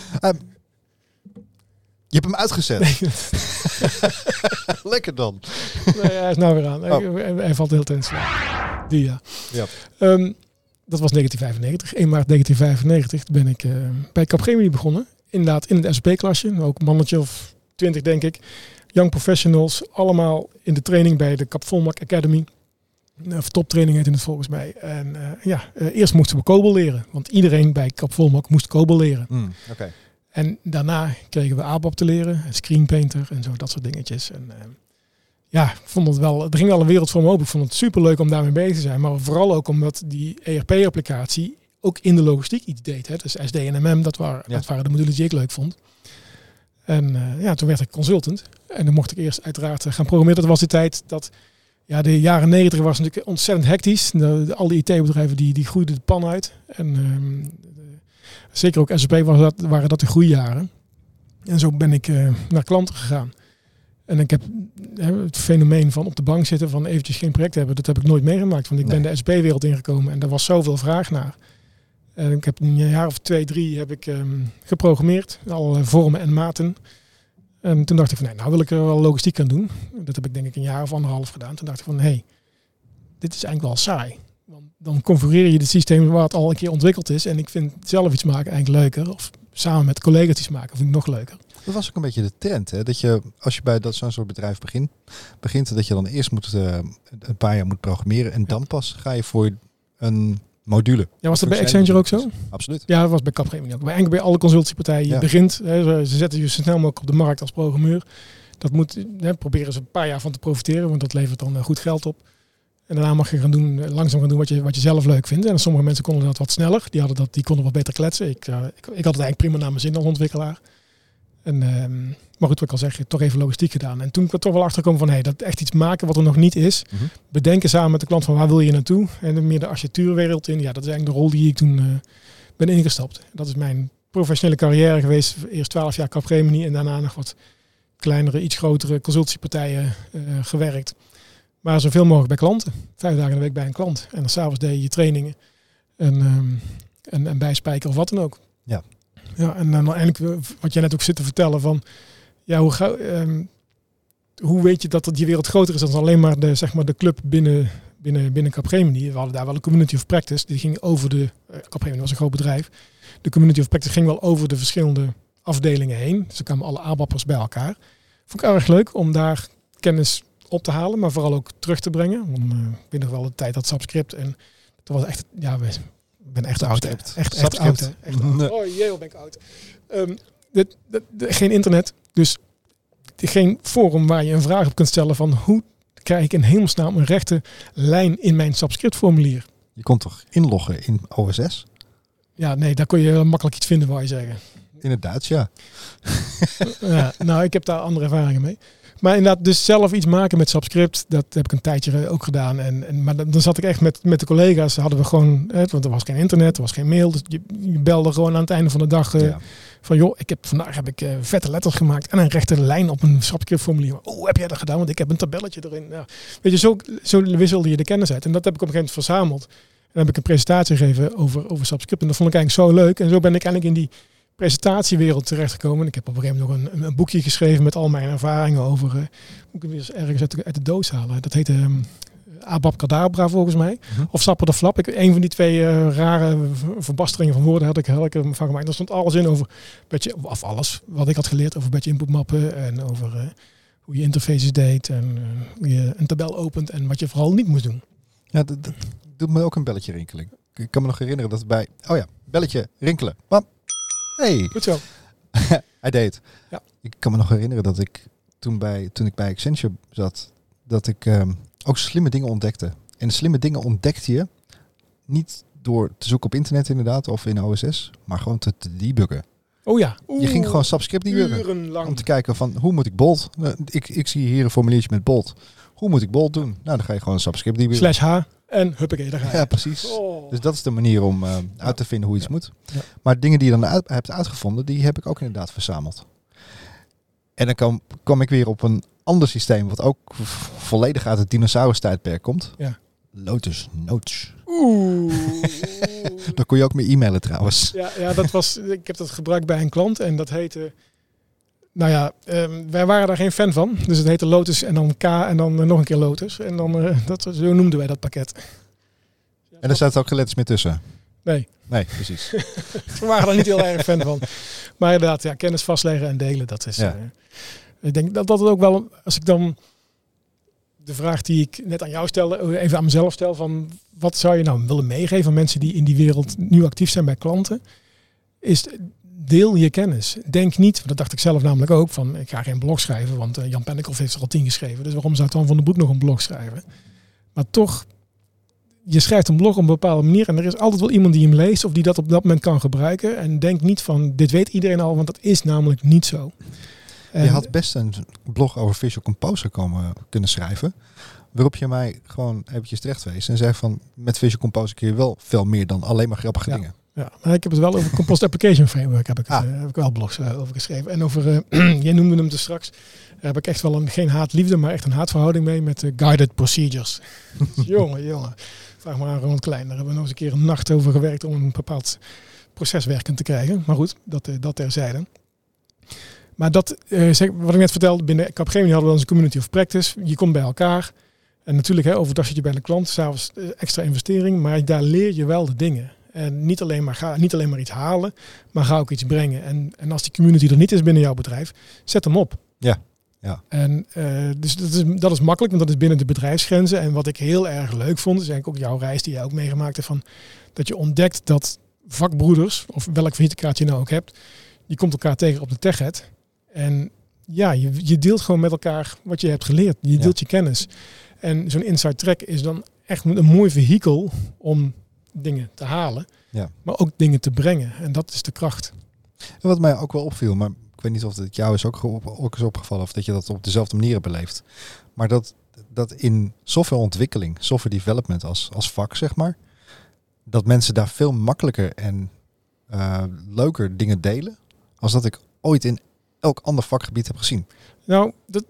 Je hebt hem uitgezet. Nee. Lekker dan. Nee, hij is nou weer aan. Hij valt heel ten slaap. Die ja. Dat was 1995. 1 maart 1995 ben ik bij Capgemini begonnen. Inderdaad in het SAP-klasje. Ook een mannetje of 20 denk ik. Young professionals. Allemaal in de training bij de Cap Volmak Academy. Of toptraining heette het volgens mij. En eerst moesten we COBOL leren. Want iedereen bij Cap Volmak moest COBOL leren. Okay. En daarna kregen we ABAP te leren. Screen Painter en zo, dat soort dingetjes. En ik vond het wel, er ging al een wereld voor me open. Ik vond het superleuk om daarmee bezig te zijn. Maar vooral ook omdat die ERP-applicatie ook in de logistiek iets deed. Hè. Dus SD en MM, dat waren de modules die ik leuk vond. En toen werd ik consultant. En dan mocht ik eerst uiteraard gaan programmeren. Dat was de tijd dat, de jaren 90 was natuurlijk ontzettend hectisch. Al die IT-bedrijven die groeiden de pan uit. En Zeker ook SAP waren dat de groeijaren. En zo ben ik naar klanten gegaan. En ik heb het fenomeen van op de bank zitten, van eventjes geen project hebben, dat heb ik nooit meegemaakt. Want ik ben de SAP-wereld ingekomen en daar was zoveel vraag naar. En ik heb een jaar of 2, 3 heb ik geprogrammeerd, allerlei vormen en maten. En toen dacht ik van, nou wil ik er wel logistiek aan doen. Dat heb ik denk ik een jaar of 1,5 gedaan. Toen dacht ik van, dit is eigenlijk wel saai. Want dan configureer je het systeem waar het al een keer ontwikkeld is. En ik vind zelf iets maken eigenlijk leuker. Of samen met collega's iets maken vind ik nog leuker. Dat was ook een beetje de trend. Hè? Dat je, als je bij zo'n soort bedrijf begint, dat je dan eerst een paar jaar moet programmeren. En dan pas ga je voor een module. Ja, was dat bij Accenture ook zo? Absoluut. Ja, dat was bij Capgemini ook. Bij alle consultiepartijen. Je begint, ze zetten je zo snel mogelijk op de markt als programmeur. Dat moet, proberen ze een paar jaar van te profiteren, want dat levert dan goed geld op. En daarna mag je langzaam gaan doen wat je zelf leuk vindt. En sommige mensen konden dat wat sneller. Die konden wat beter kletsen. Ik had het eigenlijk prima naar mijn zin als ontwikkelaar. Maar goed, wat ik al zeg, toch even logistiek gedaan. En toen ik er toch wel achter kwam van, dat echt iets maken wat er nog niet is. Mm-hmm. Bedenken samen met de klant van waar wil je naartoe. En meer de architectuurwereld in. Ja, dat is eigenlijk de rol die ik toen ben ingestapt. Dat is mijn professionele carrière geweest. Eerst 12 jaar Capgemini en daarna nog wat kleinere, iets grotere consultiepartijen gewerkt. Maar zoveel mogelijk bij klanten. 5 dagen in de week bij een klant. En dan s'avonds deed je trainingen en bijspijker of wat dan ook. Ja. Ja, en dan eigenlijk wat jij net ook zit te vertellen van, hoe weet je dat die wereld groter is dan alleen maar de club binnen Capgemini. We hadden daar wel een community of practice. Die ging over Capgemini was een groot bedrijf. De community of practice ging wel over de verschillende afdelingen heen. Dus er kwamen alle ABAP'ers bij elkaar. Vond ik erg leuk om daar kennis op te halen, maar vooral ook terug te brengen. Want, ik weet nog wel de tijd dat Subscript en dat was echt, ik ben echt oud. Echt oud. Oh jee, wat ben ik oud. Geen internet, dus geen forum waar je een vraag op kunt stellen van hoe krijg ik in hemelsnaam een rechte lijn in mijn Subscript formulier. Je kon toch inloggen in OSS? Ja, nee, daar kon je makkelijk iets vinden, wou je zeggen. In het Duits, ja. Nou, ik heb daar andere ervaringen mee. Maar inderdaad, dus zelf iets maken met Subscript, dat heb ik een tijdje ook gedaan. Maar dan zat ik echt met de collega's, hadden we gewoon, want er was geen internet, er was geen mail. Dus je belde gewoon aan het einde van de dag van, vandaag heb ik vette letters gemaakt en een rechte lijn op een Subscript formulier. Oh, heb jij dat gedaan? Want ik heb een tabelletje erin. Ja. Weet je, zo wisselde je de kennis uit. En dat heb ik op een gegeven moment verzameld. En dan heb ik een presentatie gegeven over Subscript. En dat vond ik eigenlijk zo leuk. En zo ben ik eigenlijk in die presentatiewereld terechtgekomen. Ik heb op een gegeven moment nog een boekje geschreven met al mijn ervaringen over, moet ik hem weer ergens uit de doos halen. Dat heette ABAP Kadabra volgens mij. Mm-hmm. Of Sapper de Flap. Een van die 2 rare verbasteringen van woorden had ik van gemaakt. Daar stond alles in over alles wat ik had geleerd over batch input mappen en over hoe je interfaces deed en hoe je een tabel opent en wat je vooral niet moest doen. Ja, dat doet me ook een belletje rinkelen. Ik kan me nog herinneren dat bij, belletje rinkelen. Bam. Hey. Goed zo. Hij deed. Ja. Ik kan me nog herinneren dat ik toen ik bij Accenture zat, dat ik ook slimme dingen ontdekte. En de slimme dingen ontdekte je niet door te zoeken op internet inderdaad of in OSS, maar gewoon te debuggen. Oh ja. Je ging gewoon Subscript debuggen. Urenlang. Om te kijken van hoe moet ik Bolt? Ik zie hier een formuliertje met Bolt. Hoe moet ik Bolt doen? Nou, dan ga je gewoon Subscript debuggen. /H en huppakee, daar ga je. Ja, precies. Oh. Dus dat is de manier om uit te vinden hoe iets moet. Ja. Maar dingen die je dan hebt uitgevonden, die heb ik ook inderdaad verzameld. En dan kwam ik weer op een ander systeem, wat ook volledig uit het dinosaurus-tijdperk komt. Ja. Lotus Notes. Oeh. Dan kon je ook mee e-mailen trouwens. Ja, ik heb dat gebruikt bij een klant en dat heette... wij waren daar geen fan van. Dus het heette Lotus en dan K en dan nog een keer Lotus. En dan, zo noemden wij dat pakket. En er zaten ook geen letters meer tussen? Nee, precies. We waren daar niet heel erg fan van. Maar inderdaad, kennis vastleggen en delen, dat is... Ja. Ik denk dat het ook wel... Als ik dan de vraag die ik net aan jou stelde, even aan mezelf stel van... Wat zou je nou willen meegeven aan mensen die in die wereld nu actief zijn bij klanten? Is... Deel je kennis. Denk niet, dat dacht ik zelf namelijk ook, van ik ga geen blog schrijven, want Jan Pennekoff heeft er al 10 geschreven. Dus waarom zou Twan van den Broek nog een blog schrijven? Maar toch, je schrijft een blog op een bepaalde manier en er is altijd wel iemand die hem leest of die dat op dat moment kan gebruiken. En denk niet van, dit weet iedereen al, want dat is namelijk niet zo. Je had best een blog over Visual Composer kunnen schrijven, waarop je mij gewoon eventjes terecht wees en zei van, met Visual Composer kun je wel veel meer dan alleen maar grappige dingen. Ja, maar ik heb het wel over Compost Application Framework. Heb ik wel blogs over geschreven. En over, jij noemde hem dus straks. Daar heb ik echt wel geen haat-liefde, maar echt een haatverhouding mee met Guided Procedures. jongen. Vraag maar aan Ronald Klein. Daar hebben we nog eens een keer een nacht over gewerkt om een bepaald proces werkend te krijgen. Maar goed, dat terzijde. Maar dat, wat ik net vertelde, binnen Capgemini hadden we onze community of practice. Je komt bij elkaar. En natuurlijk, overdag zit je bij de klant. 's Avonds extra investering. Maar daar leer je wel de dingen. En niet alleen maar iets halen, maar ga ook iets brengen. En als die community er niet is binnen jouw bedrijf, zet hem op. Ja. En dus dat is makkelijk, want dat is binnen de bedrijfsgrenzen. En wat ik heel erg leuk vond, is eigenlijk ook jouw reis die jij ook meegemaakt hebt, van dat je ontdekt dat vakbroeders, of welk visitekaart je nou ook hebt, je komt elkaar tegen op de TechEd. En ja, je deelt gewoon met elkaar wat je hebt geleerd. Je deelt je kennis. En zo'n Inside Track is dan echt een mooi vehikel om dingen te halen, maar ook dingen te brengen. En dat is de kracht. En wat mij ook wel opviel, maar ik weet niet of het jou is ook is opgevallen of dat je dat op dezelfde manier beleeft. Maar dat in softwareontwikkeling, software development als vak, zeg maar, dat mensen daar veel makkelijker en leuker dingen delen als dat ik ooit in elk ander vakgebied heb gezien. Nou,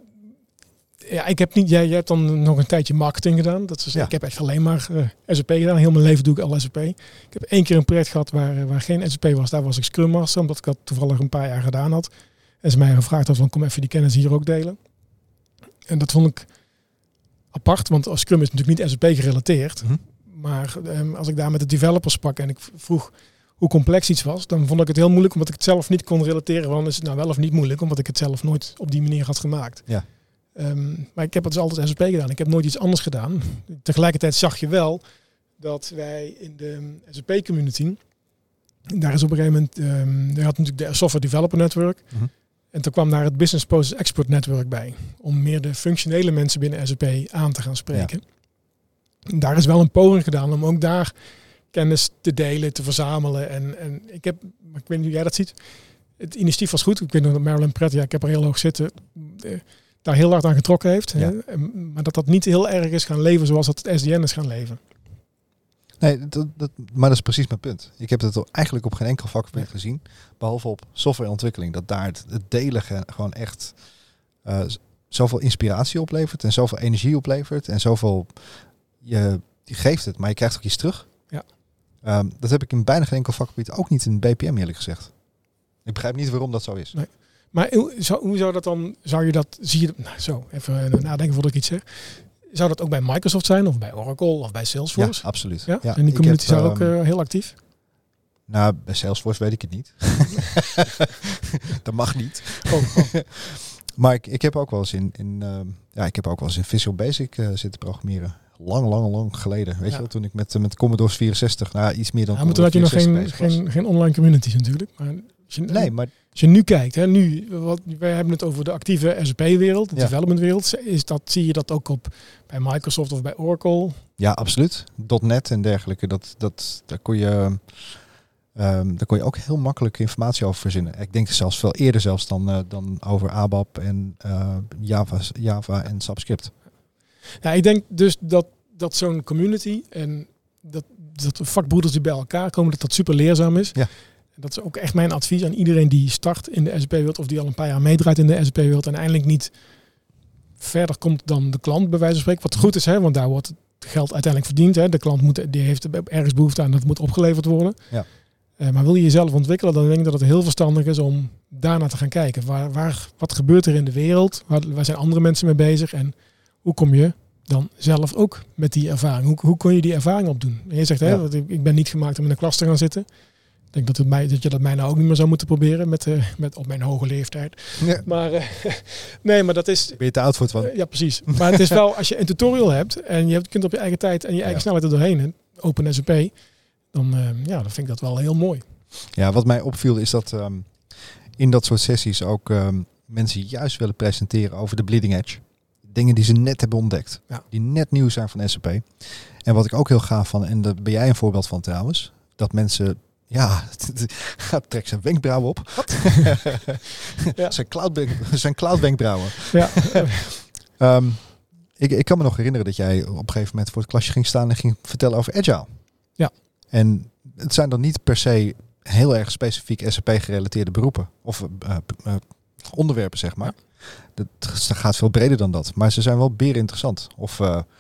ik heb niet. Jij hebt dan nog een tijdje marketing gedaan. Ik heb echt alleen maar SAP gedaan. Heel mijn leven doe ik al SAP. Ik heb 1 keer een project gehad waar geen SAP was. Daar was ik Scrum Master, omdat ik dat toevallig een paar jaar gedaan had. En ze mij gevraagd had van kom even die kennis hier ook delen. En dat vond ik apart, want als Scrum is natuurlijk niet SAP gerelateerd. Mm-hmm. Maar als ik daar met de developers sprak en ik vroeg hoe complex iets was, dan vond ik het heel moeilijk, omdat ik het zelf niet kon relateren. Want is het nou wel of niet moeilijk, omdat ik het zelf nooit op die manier had gemaakt. Ja. Maar ik heb het dus altijd SAP gedaan. Ik heb nooit iets anders gedaan. Tegelijkertijd zag je wel dat wij in de SAP-community, daar is op een gegeven moment, je had natuurlijk de Software Developer Network. Mm-hmm. En toen kwam daar het Business Process Expert Network bij. Om meer de functionele mensen binnen SAP aan te gaan spreken. Ja. Daar is wel een poging gedaan om ook daar kennis te delen, te verzamelen. En ik weet niet hoe jij dat ziet. Het initiatief was goed. Ik weet nog dat Marilyn Pratt, ik heb er heel hoog zitten, daar heel hard aan getrokken heeft. Ja. Maar dat niet heel erg is gaan leven zoals dat het SDN is gaan leven. Nee, maar dat is precies mijn punt. Ik heb het eigenlijk op geen enkel vakgebied gezien. Behalve op softwareontwikkeling. Dat daar het delen gewoon echt zoveel inspiratie oplevert. En zoveel energie oplevert. En zoveel, je geeft het, maar je krijgt ook iets terug. Ja. Dat heb ik in bijna geen enkel vakgebied. Ook niet in BPM eerlijk gezegd. Ik begrijp niet waarom dat zo is. Nee. Maar hoe zou dat dan, even nadenken voordat ik iets zeg. Zou dat ook bij Microsoft zijn of bij Oracle of bij Salesforce? Ja, absoluut. Ja? Ja, en die community zijn ook heel actief? Nou, bij Salesforce weet ik het niet. Dat mag niet. Maar ik heb ook wel eens in Visual Basic zitten programmeren. Lang geleden. Weet je wel, toen ik met Commodore 64, iets meer dan... Ja, maar toen had je nog geen online communities natuurlijk. Maar als je nu kijkt, wij hebben het over de actieve SAP-wereld, de development-wereld. Zie je dat ook bij Microsoft of bij Oracle? Ja, absoluut. .NET en dergelijke. Daar kon je ook heel makkelijk informatie over verzinnen. Ik denk zelfs veel eerder dan over ABAP en Java en Subscript. Ja, ik denk dus dat zo'n community en dat vakbroeders die bij elkaar komen, dat super leerzaam is. Ja. Dat is ook echt mijn advies aan iedereen die start in de SAP-wereld of die al een paar jaar meedraait in de SAP-wereld en eindelijk niet verder komt dan de klant, bij wijze van spreken. Wat goed is, want daar wordt het geld uiteindelijk verdiend. De klant heeft ergens behoefte aan, dat moet opgeleverd worden. Ja. Maar wil je jezelf ontwikkelen, dan denk ik dat het heel verstandig is om daarna te gaan kijken. Wat gebeurt er in de wereld? Waar zijn andere mensen mee bezig? En hoe kom je dan zelf ook met die ervaring? Hoe kun je die ervaring opdoen? En je zegt, ik ben niet gemaakt om in een klas te gaan zitten. Ik denk dat je dat mij nou ook niet meer zou moeten proberen met op mijn hoge leeftijd. Ja. Maar maar dat is... Ben je te oud voor het wat? Ja, precies. Maar het is wel, als je een tutorial hebt en je kunt op je eigen tijd en je eigen snelheid er doorheen, open SAP, dan vind ik dat wel heel mooi. Ja, wat mij opviel is dat in dat soort sessies ook mensen juist willen presenteren over de bleeding edge. Dingen die ze net hebben ontdekt. Ja. Die net nieuw zijn van SAP. En wat ik ook heel gaaf van, en daar ben jij een voorbeeld van trouwens, dat mensen... Ja, trek zijn wenkbrauwen op. Wat? Ja. Zijn cloud wenkbrauwen. Ja. Ik kan me nog herinneren dat jij op een gegeven moment voor het klasje ging staan en ging vertellen over Agile. Ja. En het zijn dan niet per se heel erg specifiek SAP-gerelateerde beroepen. Of onderwerpen, zeg maar. Ja. Dat gaat veel breder dan dat. Maar ze zijn wel beren interessant. Of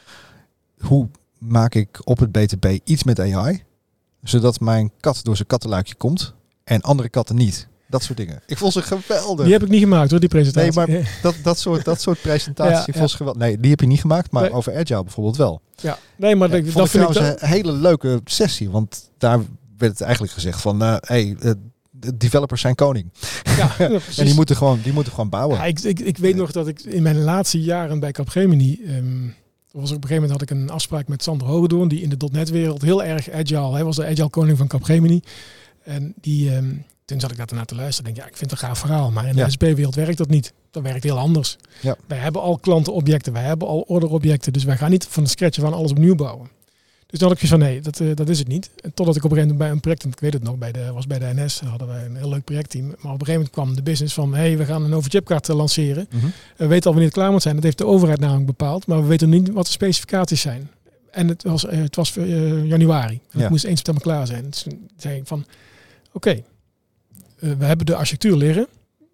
hoe maak ik op het BTP iets met AI, zodat mijn kat door zijn kattenluikje komt en andere katten niet. Dat soort dingen. Ik vond ze geweldig. Die heb ik niet gemaakt hoor, die presentatie. Nee, maar dat soort presentaties, ik vond ze geweldig. Nee, die heb je niet gemaakt, maar over Agile bijvoorbeeld wel. Ja, nee, maar dat vind ik een hele leuke sessie, want daar werd het eigenlijk gezegd van, de developers zijn koning. Ja, en die moeten gewoon bouwen. Ja, ik weet nog dat ik in mijn laatste jaren bij Capgemini, was op een gegeven moment had ik een afspraak met Sander Hogedoorn, die in de .NET-wereld heel erg agile, hij was de agile koning van Capgemini. En die, toen zat ik daarna te luisteren, denk ik, ik vind het een gaaf verhaal, maar in de SP-wereld werkt dat niet. Dat werkt heel anders. Ja. Wij hebben al klantenobjecten, wij hebben al orderobjecten, dus wij gaan niet van de scratch van alles opnieuw bouwen. Dus dan had ik van nee, dat is het niet. En totdat ik op een gegeven moment bij een project, en ik weet het nog, was bij de NS, hadden wij een heel leuk projectteam. Maar op een gegeven moment kwam de business van, we gaan een overchipkaart lanceren. Mm-hmm. We weten al wanneer het klaar moet zijn. Dat heeft de overheid namelijk bepaald, maar we weten niet wat de specificaties zijn. En het was januari. En het moest 1 september klaar zijn. Dus toen zei ik van, oké, we hebben de architectuur liggen.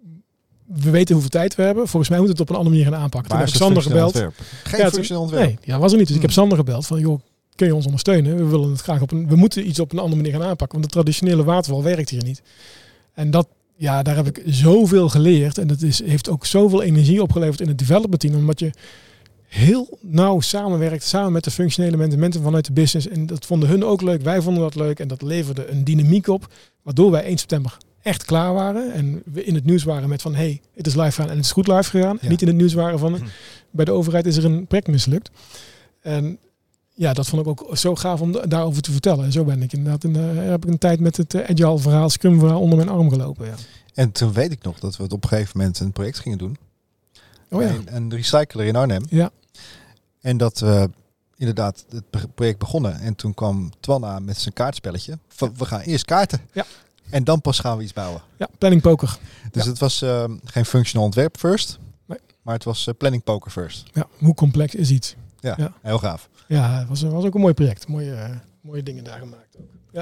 We weten hoeveel tijd we hebben. Volgens mij moet het op een andere manier gaan aanpakken. Toen heb ik Sander gebeld. Geen functioneel ontwerp. Nee, dat was er niet. Dus ik heb Sander gebeld van, joh, kun je ons ondersteunen? We willen het graag we moeten iets op een andere manier gaan aanpakken. Want de traditionele waterval werkt hier niet. En daar heb ik zoveel geleerd. En dat heeft ook zoveel energie opgeleverd in het development team. Omdat je heel nauw samenwerkt. Samen met de functionele mensen vanuit de business. En dat vonden hun ook leuk. Wij vonden dat leuk. En dat leverde een dynamiek op. Waardoor wij 1 september echt klaar waren. En we in het nieuws waren met van, het is live gegaan en het is goed live gegaan. Ja. En niet in het nieuws waren van, bij de overheid is er een project mislukt. En ja, dat vond ik ook zo gaaf om daarover te vertellen. En zo ben ik inderdaad, heb ik een tijd met het agile verhaal, Scrum verhaal onder mijn arm gelopen. Ja. En toen weet ik nog dat we het op een gegeven moment een project gingen doen. Oh ja. Een recycler in Arnhem. Ja. En dat we inderdaad het project begonnen. En toen kwam Twan aan met zijn kaartspelletje. We gaan eerst kaarten. Ja. En dan pas gaan we iets bouwen. Ja, planning poker. Dus het was geen functional ontwerp first. Nee. Maar het was planning poker first. Ja, hoe complex is iets? Ja, heel gaaf. Ja, het was ook een mooi project. Mooie dingen daar gemaakt ook.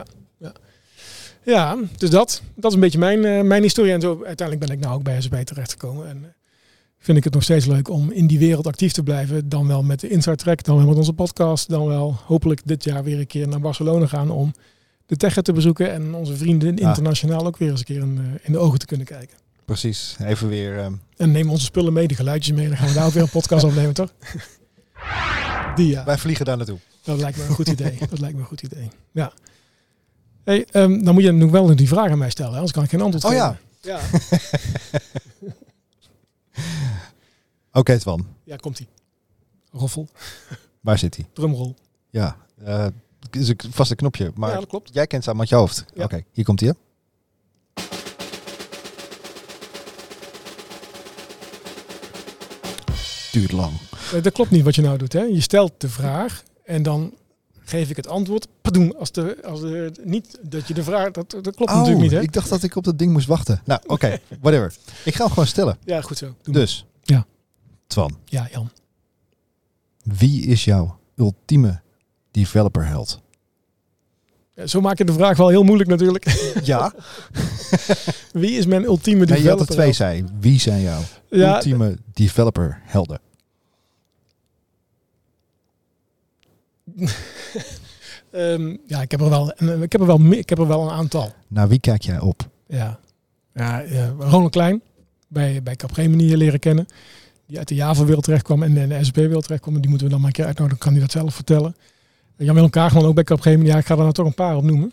Ja, dus dat is een beetje mijn historie. En zo uiteindelijk ben ik nou ook bij SAP terechtgekomen. En vind ik het nog steeds leuk om in die wereld actief te blijven. Dan wel met de Inside Track, dan wel met onze podcast. Dan wel hopelijk dit jaar weer een keer naar Barcelona gaan om de Techa te bezoeken. En onze vrienden internationaal ook weer eens een keer in de ogen te kunnen kijken. Precies, even weer. En neem onze spullen mee, de geluidjes mee. Dan gaan we daar ook weer een podcast opnemen, toch? Wij vliegen daar naartoe. Dat lijkt me een goed idee. Ja. Hey, dan moet je nog wel die vraag aan mij stellen, anders kan ik geen antwoord geven. Ja. Oké, Twan. Ja, komt-ie. Roffel. Waar zit hij? Drumrol. Ja, is een vaste knopje. Maar ja, dat klopt. Jij kent ze aan met je hoofd. Ja. Oké, hier komt hij. Duurt lang. Dat klopt niet wat je nou doet. Hè? Je stelt de vraag en dan geef ik het antwoord. Als niet dat je de vraag... Dat klopt natuurlijk niet. Hè? Ik dacht dat ik op dat ding moest wachten. Nou, oké, whatever. Ik ga hem gewoon stellen. Ja, goed zo. Dus, ja. Twan. Ja, Jan. Wie is jouw ultieme developerheld? Ja, zo maak je de vraag wel heel moeilijk natuurlijk. Ja. Wie is mijn ultieme developer? Je had er 2 zei. Wie zijn jouw ultieme developerhelden? Ik heb er wel een aantal. Naar wie kijk jij op? Ja. Ronald Klein bij Capgemini leren kennen. Die uit de Java-wereld terechtkwam en de SAP-wereld terechtkwam. Die moeten we dan maar een keer uitnodigen. Kan hij dat zelf vertellen. Jan-Willem Kaagman ook bij Capgemini. Ja, ik ga er nou toch een paar op noemen.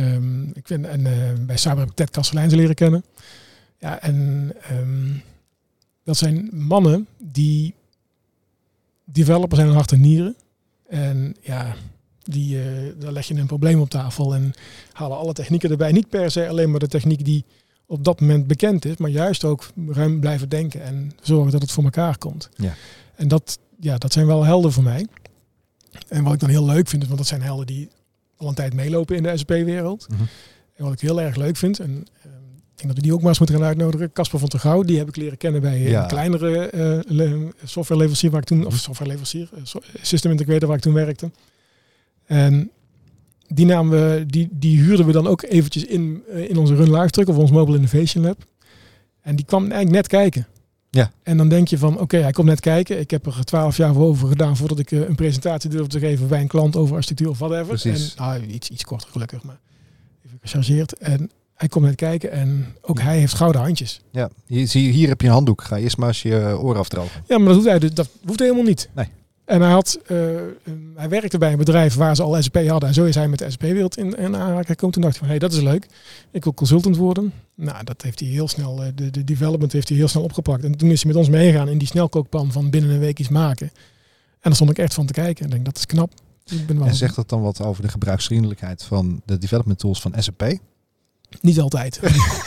Bij Cyber heb ik Ted Kastelijns leren kennen. Ja, en dat zijn mannen die developers zijn aan hart en nieren. En ja, daar leg je een probleem op tafel en halen alle technieken erbij. Niet per se alleen maar de techniek die op dat moment bekend is, maar juist ook ruim blijven denken en zorgen dat het voor elkaar komt. Ja. En dat zijn wel helden voor mij. En wat ik dan heel leuk vind, want dat zijn helden die al een tijd meelopen in de SAP-wereld. Mm-hmm. En wat ik heel erg leuk vind, en ik denk dat we die ook maar eens moeten gaan uitnodigen. Casper van ter Gouw, die heb ik leren kennen bij een kleinere softwareleverancier waar ik toen, of softwareleverancier, system integrator waar ik toen werkte. En die huurden we dan ook eventjes in onze Run Live truck of ons Mobile Innovation Lab. En die kwam eigenlijk net kijken. Ja. En dan denk je van, oké, hij komt net kijken. Ik heb er 12 jaar over gedaan voordat ik een presentatie durfde te geven bij een klant over architectuur of whatever. Precies. En iets korter gelukkig, maar even gechargeerd. En hij komt net kijken en ook hij heeft gouden handjes. Ja, hier heb je een handdoek. Ga eerst maar eens je oren afdrogen. Ja, maar dat hoeft helemaal niet. Nee. En hij werkte bij een bedrijf waar ze al SAP hadden. En zo is hij met de SAP-wereld in aanraking gekomen. Toen dacht hij van, hey, dat is leuk. Ik wil consultant worden. Nou, dat heeft hij heel snel, de development heeft hij heel snel opgepakt. En toen is hij met ons meegegaan in die snelkookpan van binnen een week iets maken. En daar stond ik echt van te kijken. En denk, dat is knap. En zegt dat dan wat over de gebruiksvriendelijkheid van de development tools van SAP? Niet altijd.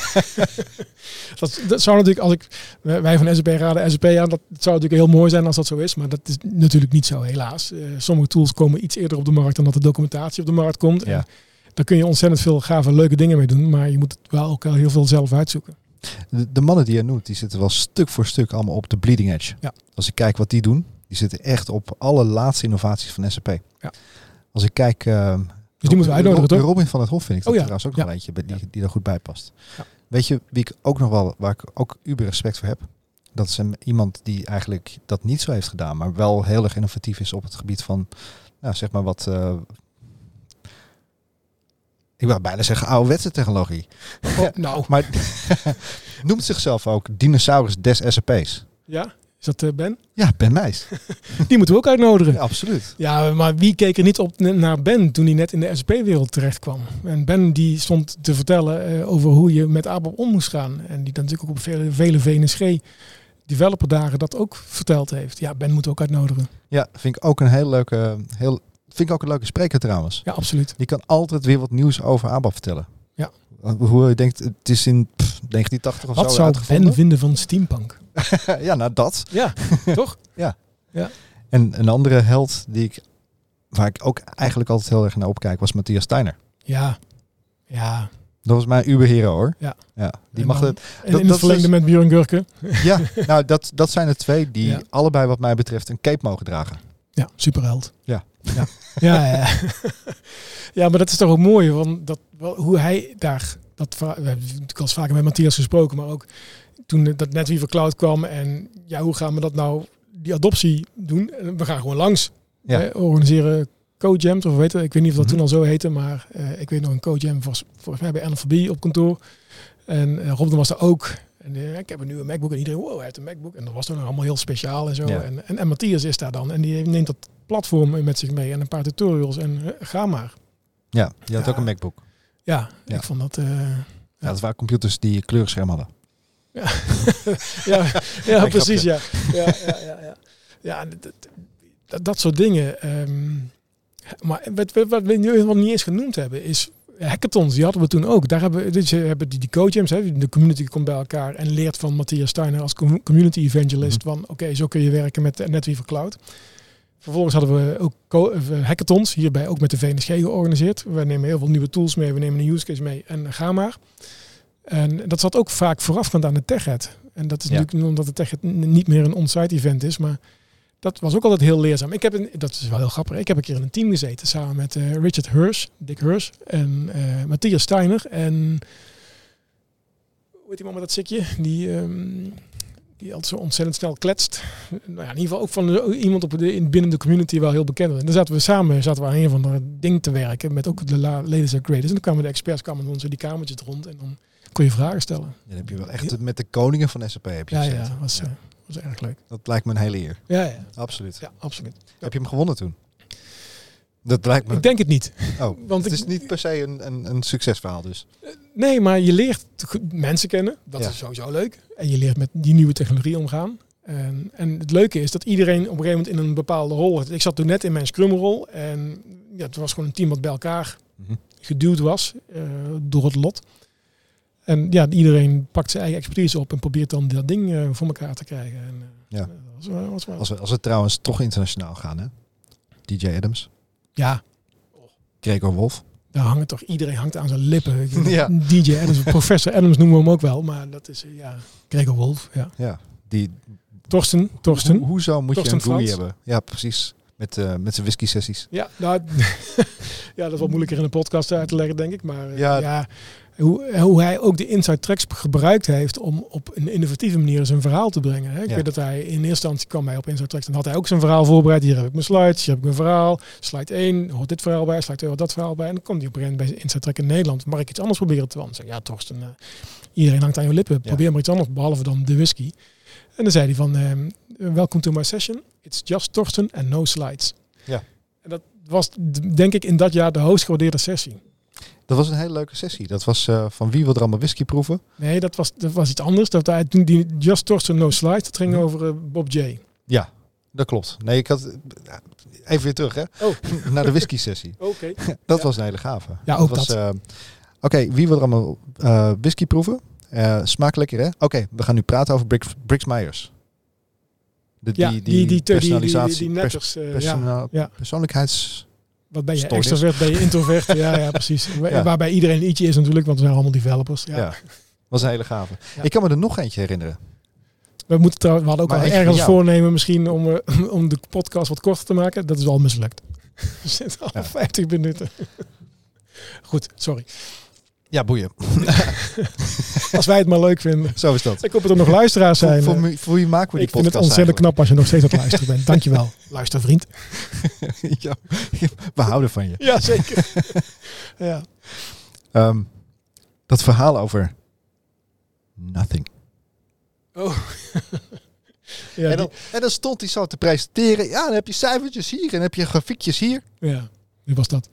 dat zou natuurlijk, wij van SAP raden SAP aan, dat zou natuurlijk heel mooi zijn als dat zo is, maar dat is natuurlijk niet zo, helaas. Sommige tools komen iets eerder op de markt dan dat de documentatie op de markt komt. Ja. En daar kun je ontzettend veel gave, leuke dingen mee doen, maar je moet het wel ook heel veel zelf uitzoeken. De mannen die je noemt, die zitten wel stuk voor stuk allemaal op de bleeding edge. Ja. Als ik kijk wat die doen, die zitten echt op alle laatste innovaties van SAP. Ja. Als ik kijk... Dus die moeten we uitnodigen, toch? Robin van het Hof vind ik dat ja. trouwens ook nog een eentje die er goed bij past. Ja. Weet je wie ik ook nog wel, waar ik ook uber respect voor heb? Dat is iemand die eigenlijk dat niet zo heeft gedaan, maar wel heel erg innovatief is op het gebied van, nou zeg maar wat, ik wou bijna zeggen ouderwetse technologie. Nou. Maar noemt zichzelf ook dinosaurus des SAP's. Ja? Is dat Ben? Ja, Ben Meijs. Die moeten we ook uitnodigen. Ja, absoluut. Ja, maar wie keek er niet op naar Ben toen hij net in de SAP-wereld terecht kwam? En Ben die stond te vertellen over hoe je met ABAP om moest gaan. En die dan natuurlijk ook op vele VNSG-developerdagen dat ook verteld heeft. Ja, Ben moet ook uitnodigen. Ja, vind ik ook een heel leuke, vind ik ook een leuke spreker trouwens. Ja, absoluut. Die kan altijd weer wat nieuws over ABAP vertellen. Ja. Hoe je denkt, het is in 1980 of wat zo zou uitgevonden. Ben vinden van steampunk? Ja, nou dat. Ja, toch? Ja. Ja. En een andere held waar ik ook eigenlijk altijd heel erg naar opkijk, was Matthias Steiner. Ja. Ja. Dat was mijn uberhero hoor. Ja. Die mag het. En in het verlengde met Björn Gurke. Ja, nou dat zijn de twee die allebei wat mij betreft een cape mogen dragen. Ja, superheld. Ja. Ja. Ja, maar dat is toch ook mooi, want hoe hij daar, we hebben natuurlijk al eens vaker met Matthias gesproken, maar ook toen dat NetWeaver Cloud kwam en ja, hoe gaan we dat nou, die adoptie doen? We gaan gewoon langs. Ja. Organiseren CodeJams, of weet je, ik weet niet of dat toen al zo heette, maar ik weet nog een CodeJam volgens mij bij NLVB op kantoor. En Robin was daar ook. En ik heb een nieuwe MacBook en iedereen, wow, hij heeft een MacBook. En dat was dan allemaal heel speciaal en zo. Ja. En Matthias is daar dan en die neemt dat platform met zich mee en een paar tutorials en ga maar. Ja, die had ook een MacBook. Ja, ik vond dat... Ja, dat waren computers die kleurenscherm hadden. Ja, precies, ja. Ja, dat soort dingen. Maar wat we nu nog niet eens genoemd hebben is hackathons. Die hadden we toen ook. Daar hebben die CodeJams. De community komt bij elkaar en leert van Matthias Steiner als community evangelist van oké, zo kun je werken met NetWeaver Cloud. Vervolgens hadden we ook hackathons, hierbij ook met de VNSG georganiseerd. We nemen heel veel nieuwe tools mee, we nemen een use case mee en ga maar. En dat zat ook vaak voorafgaand aan de TechEd. En dat is natuurlijk omdat de TechEd niet meer een on-site event is, maar dat was ook altijd heel leerzaam. Dat is wel heel grappig. Ik heb een keer in een team gezeten samen met Richard Hirsch, Dick Hirsch en Matthias Steiner en hoe heet die man met dat sikje? Die altijd zo ontzettend snel kletst. Nou ja, in ieder geval ook van iemand binnen de community wel heel bekend. En dan zaten we aan een van de ding te werken met ook de latest and greatest. En dan kwamen de experts zo die kamertjes rond en dan kon je vragen stellen. Dan heb je wel echt met de koningen van SAP heb je gezeten. Ja, was erg leuk. Dat lijkt me een hele eer. Ja. Absoluut. Ja, absoluut. Heb je hem gewonnen toen? Dat lijkt me... Ik denk het niet. Oh, want het is niet per se een succesverhaal dus. Nee, maar je leert mensen kennen. Dat is sowieso leuk. En je leert met die nieuwe technologie omgaan. En het leuke is dat iedereen op een gegeven moment in een bepaalde rol had. Ik zat toen net in mijn scrumrol. En het was gewoon een team wat bij elkaar geduwd was door het lot. En iedereen pakt zijn eigen expertise op en probeert dan dat ding voor elkaar te krijgen. En, Als we trouwens toch internationaal gaan, hè? DJ Adams. Ja. Gregor Wolf. Daar iedereen hangt aan zijn lippen. DJ Adams, Professor Adams noemen we hem ook wel, maar dat is Gregor Wolf. Ja. Die Torsten. Hoezo moet Torsten je een GUI Frans hebben? Ja, precies. Met zijn whisky sessies. Ja, nou, ja, dat is wat moeilijker in een podcast uit te leggen, denk ik. Maar Ja. Hoe hij ook de inside tracks gebruikt heeft om op een innovatieve manier zijn verhaal te brengen. Hè. Ik weet dat hij in eerste instantie kwam hij op inside tracks en had hij ook zijn verhaal voorbereid. Hier heb ik mijn slides, hier heb ik mijn verhaal. Slide 1 hoort dit verhaal bij, slide 2 hoort dat verhaal bij. En dan komt hij op een gegeven moment bij inside track in Nederland. Mag ik iets anders proberen te doen? Ja, Torsten, iedereen hangt aan je lippen. Probeer maar iets anders, behalve dan de whisky. En dan zei hij van, welcome to my session. It's just Torsten and no slides. Ja. En dat was, denk ik, in dat jaar de hoogst gewaardeerde sessie. Dat was een hele leuke sessie. Dat was van wie wil er allemaal whisky proeven? Nee, dat was iets anders. Dat hij toen die Just Torsten No Slides, dat ging over Bob J. Ja, dat klopt. Nee, ik had... Even weer terug, hè? Oh. Naar de whisky sessie. Oké. Dat was een hele gave. Ja, ook was, dat. Oké, wie wil er allemaal whisky proeven? Smaakt lekker, hè? Oké, we gaan nu praten over Briggs Myers. Die personalisatie. Die netters. Persoonlijkheids... Wat ben je, stoornis. extrovert, ben je introvert? ja, precies. Ja. Waarbij iedereen ietsje is natuurlijk, want we zijn allemaal developers. Ja. Was een hele gave. Ja. Ik kan me er nog eentje herinneren. We hadden ook Maar al eentje ergens van jou. voornemen misschien om de podcast wat korter te maken. Dat is al mislukt. We zitten al 50 minuten. Goed, sorry. Ja, boeien. Als wij het maar leuk vinden. Zo is dat. Ik hoop dat er nog luisteraars zijn. Voor wie maken we die Ik vind podcast het ontzettend knap als je nog steeds aan het luisteren bent. Dankjewel, luistervriend. Ja, we houden van je. Ja, zeker. Ja. Dat verhaal over nothing. Oh. Ja, en dan stond hij zo te presenteren. Ja, dan heb je cijfertjes hier en dan heb je grafiekjes hier. ja, wie was dat?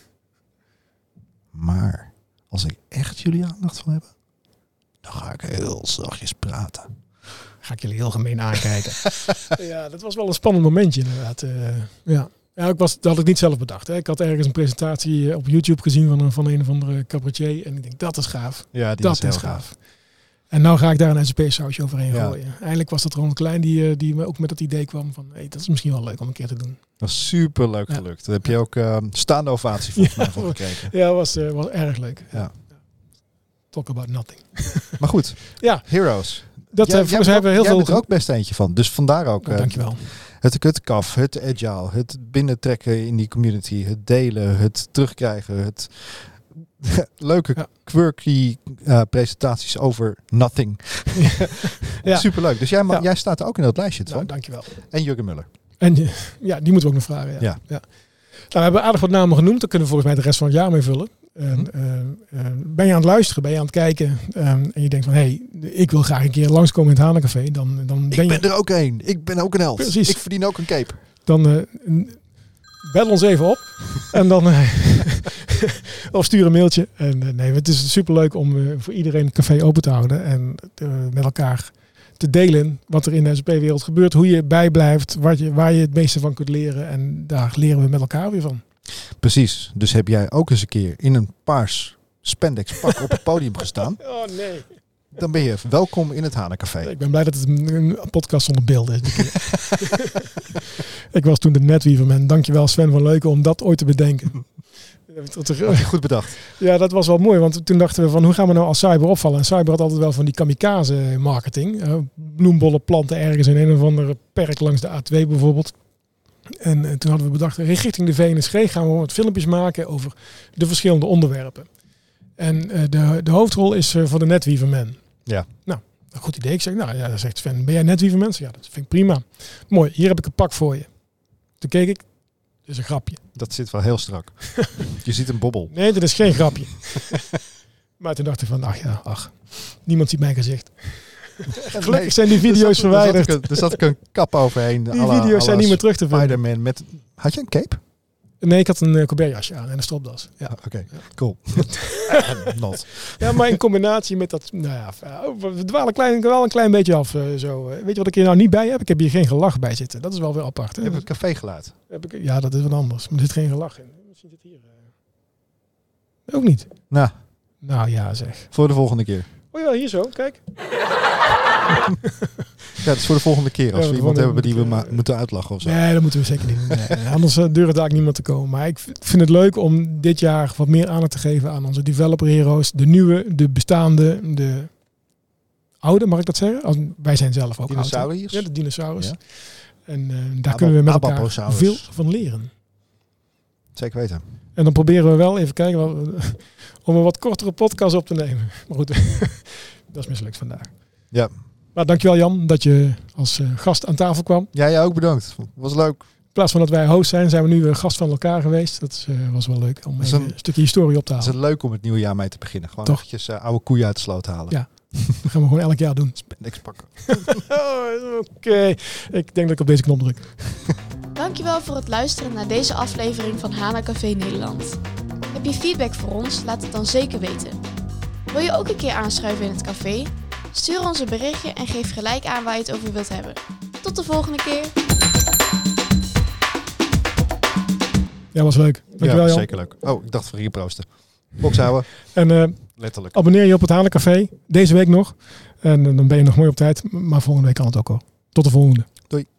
Maar als ik echt jullie aandacht wil hebben, dan ga ik heel zachtjes praten. Ga ik jullie heel gemeen aankijken. Ja, dat was wel een spannend momentje inderdaad. Ja, dat had ik niet zelf bedacht. Hè. Ik had ergens een presentatie op YouTube gezien van een of andere cabaretier. En ik denk, dat is gaaf. Ja, Dat is gaaf. En nou ga ik daar een SAP-sausje overheen gooien. Eindelijk was dat Ron Klein die me ook met het idee kwam van... Hey, dat is misschien wel leuk om een keer te doen. Dat was super leuk gelukt. Daar heb je ook staande ovatie volgens mij voor gekregen. Ja, was erg leuk. Ja. Talk about nothing. Maar goed, ja. Heroes. Dat hebben we heel jij veel... bent er ook best eentje van. Dus vandaar ook... dankjewel. Het kaf, het agile, het binnentrekken in die community, het delen, het terugkrijgen, het leuke quirky presentaties over nothing. Ja. Superleuk. Dus jij staat er ook in dat lijstje, Twan. Dankjewel. En Jurgen Muller. En ja, die moeten we ook nog vragen. Ja. Nou, we hebben aardig wat namen genoemd. Daar kunnen we volgens mij de rest van het jaar mee vullen. Ben je aan het luisteren, ben je aan het kijken en je denkt van ik wil graag een keer langskomen in het Hanencafé. Dan ben ik ben er ook een. Ik ben ook een held. Precies. Ik verdien ook een cape. Dan bel ons even op en dan of stuur een mailtje. En het is superleuk om voor iedereen het café open te houden en met elkaar te delen wat er in de SAP-wereld gebeurt, hoe je bijblijft, waar je het meeste van kunt leren en daar leren we met elkaar weer van. Precies. Dus heb jij ook eens een keer in een paars spandex pak op het podium gestaan? Oh nee. Dan ben je welkom in het Hanencafé. Ik ben blij dat het een podcast zonder beelden is. Ik was toen de NetWeaverman. Dankjewel Sven van Leuken om dat ooit te bedenken. Had je goed bedacht. Ja, dat was wel mooi. Want toen dachten we van hoe gaan we nou als cyber opvallen? En cyber had altijd wel van die kamikaze marketing. Bloembollen planten ergens in een of andere perk langs de A2 bijvoorbeeld. En toen hadden we bedacht, richting de VNSG gaan we wat filmpjes maken over de verschillende onderwerpen. En de hoofdrol is voor de NetWeaverman. Ja. Nou, een goed idee. Ik zeg, dan zegt Sven, ben jij NetWeaverman? Ja, dat vind ik prima. Mooi, hier heb ik een pak voor je. Toen keek ik, dat is een grapje. Dat zit wel heel strak. Je ziet een bobbel. Nee, dat is geen grapje. Maar toen dacht ik van, niemand ziet mijn gezicht. Gelukkig zijn die video's verwijderd. Er zat een kap overheen. Die video's zijn niet meer terug te vinden. Spider-Man met... Had je een cape? Nee, ik had een Colbert-jasje aan en een stropdas. Ja. Oké, cool. Not. Ja, maar in combinatie met dat... we dwalen wel een klein beetje af. Zo. Weet je wat ik hier nou niet bij heb? Ik heb hier geen gelach bij zitten. Dat is wel weer apart. Hè? Je hebt een cafégeluid. Ja, dat is wat anders. Maar er zit geen gelach in. Misschien zit hier... Ook niet. Nou ja, zeg. Voor de volgende keer. Oh ja, hier zo. Kijk. Ja, dat is voor de volgende keer. Als we iemand hebben die we moeten uitlachen of zo. Nee, dat moeten we zeker niet doen. Nee, anders durft daar niemand te komen. Maar ik vind het leuk om dit jaar wat meer aandacht te geven aan onze developer heroes. De nieuwe, de bestaande, de oude, mag ik dat zeggen? Wij zijn zelf ook Dinosauriërs? Ja, de dinosaurus. En daar kunnen we met elkaar Abaposaurus. veel van leren. Zeker weten. En dan proberen we wel even kijken om een wat kortere podcast op te nemen. Maar goed, dat is mislukt vandaag. Ja. Maar dankjewel Jan dat je als gast aan tafel kwam. Ja, jij ook bedankt. Was leuk. In plaats van dat wij host zijn we nu gast van elkaar geweest. Dat was wel leuk om even een stukje historie op te Het halen. is leuk om het nieuwe jaar mee te beginnen. Gewoon Toch? eventjes oude koeien uit de sloot halen. Ja. Dat gaan we gewoon elk jaar doen. Niks pakken. Oké. Ik denk dat ik op deze knop druk. Dankjewel voor het luisteren naar deze aflevering van HANA Café Nederland. Heb je feedback voor ons? Laat het dan zeker weten. Wil je ook een keer aanschuiven in het café? Stuur ons een berichtje en geef gelijk aan waar je het over wilt hebben. Tot de volgende keer! Ja, was leuk. Dankjewel Jan. Zeker leuk. Oh, ik dacht van hier proosten. Box houden. En Letterlijk. abonneer je op het HANA Café. Deze week nog. En dan ben je nog mooi op tijd. Maar volgende week kan het ook al. Tot de volgende. Doei.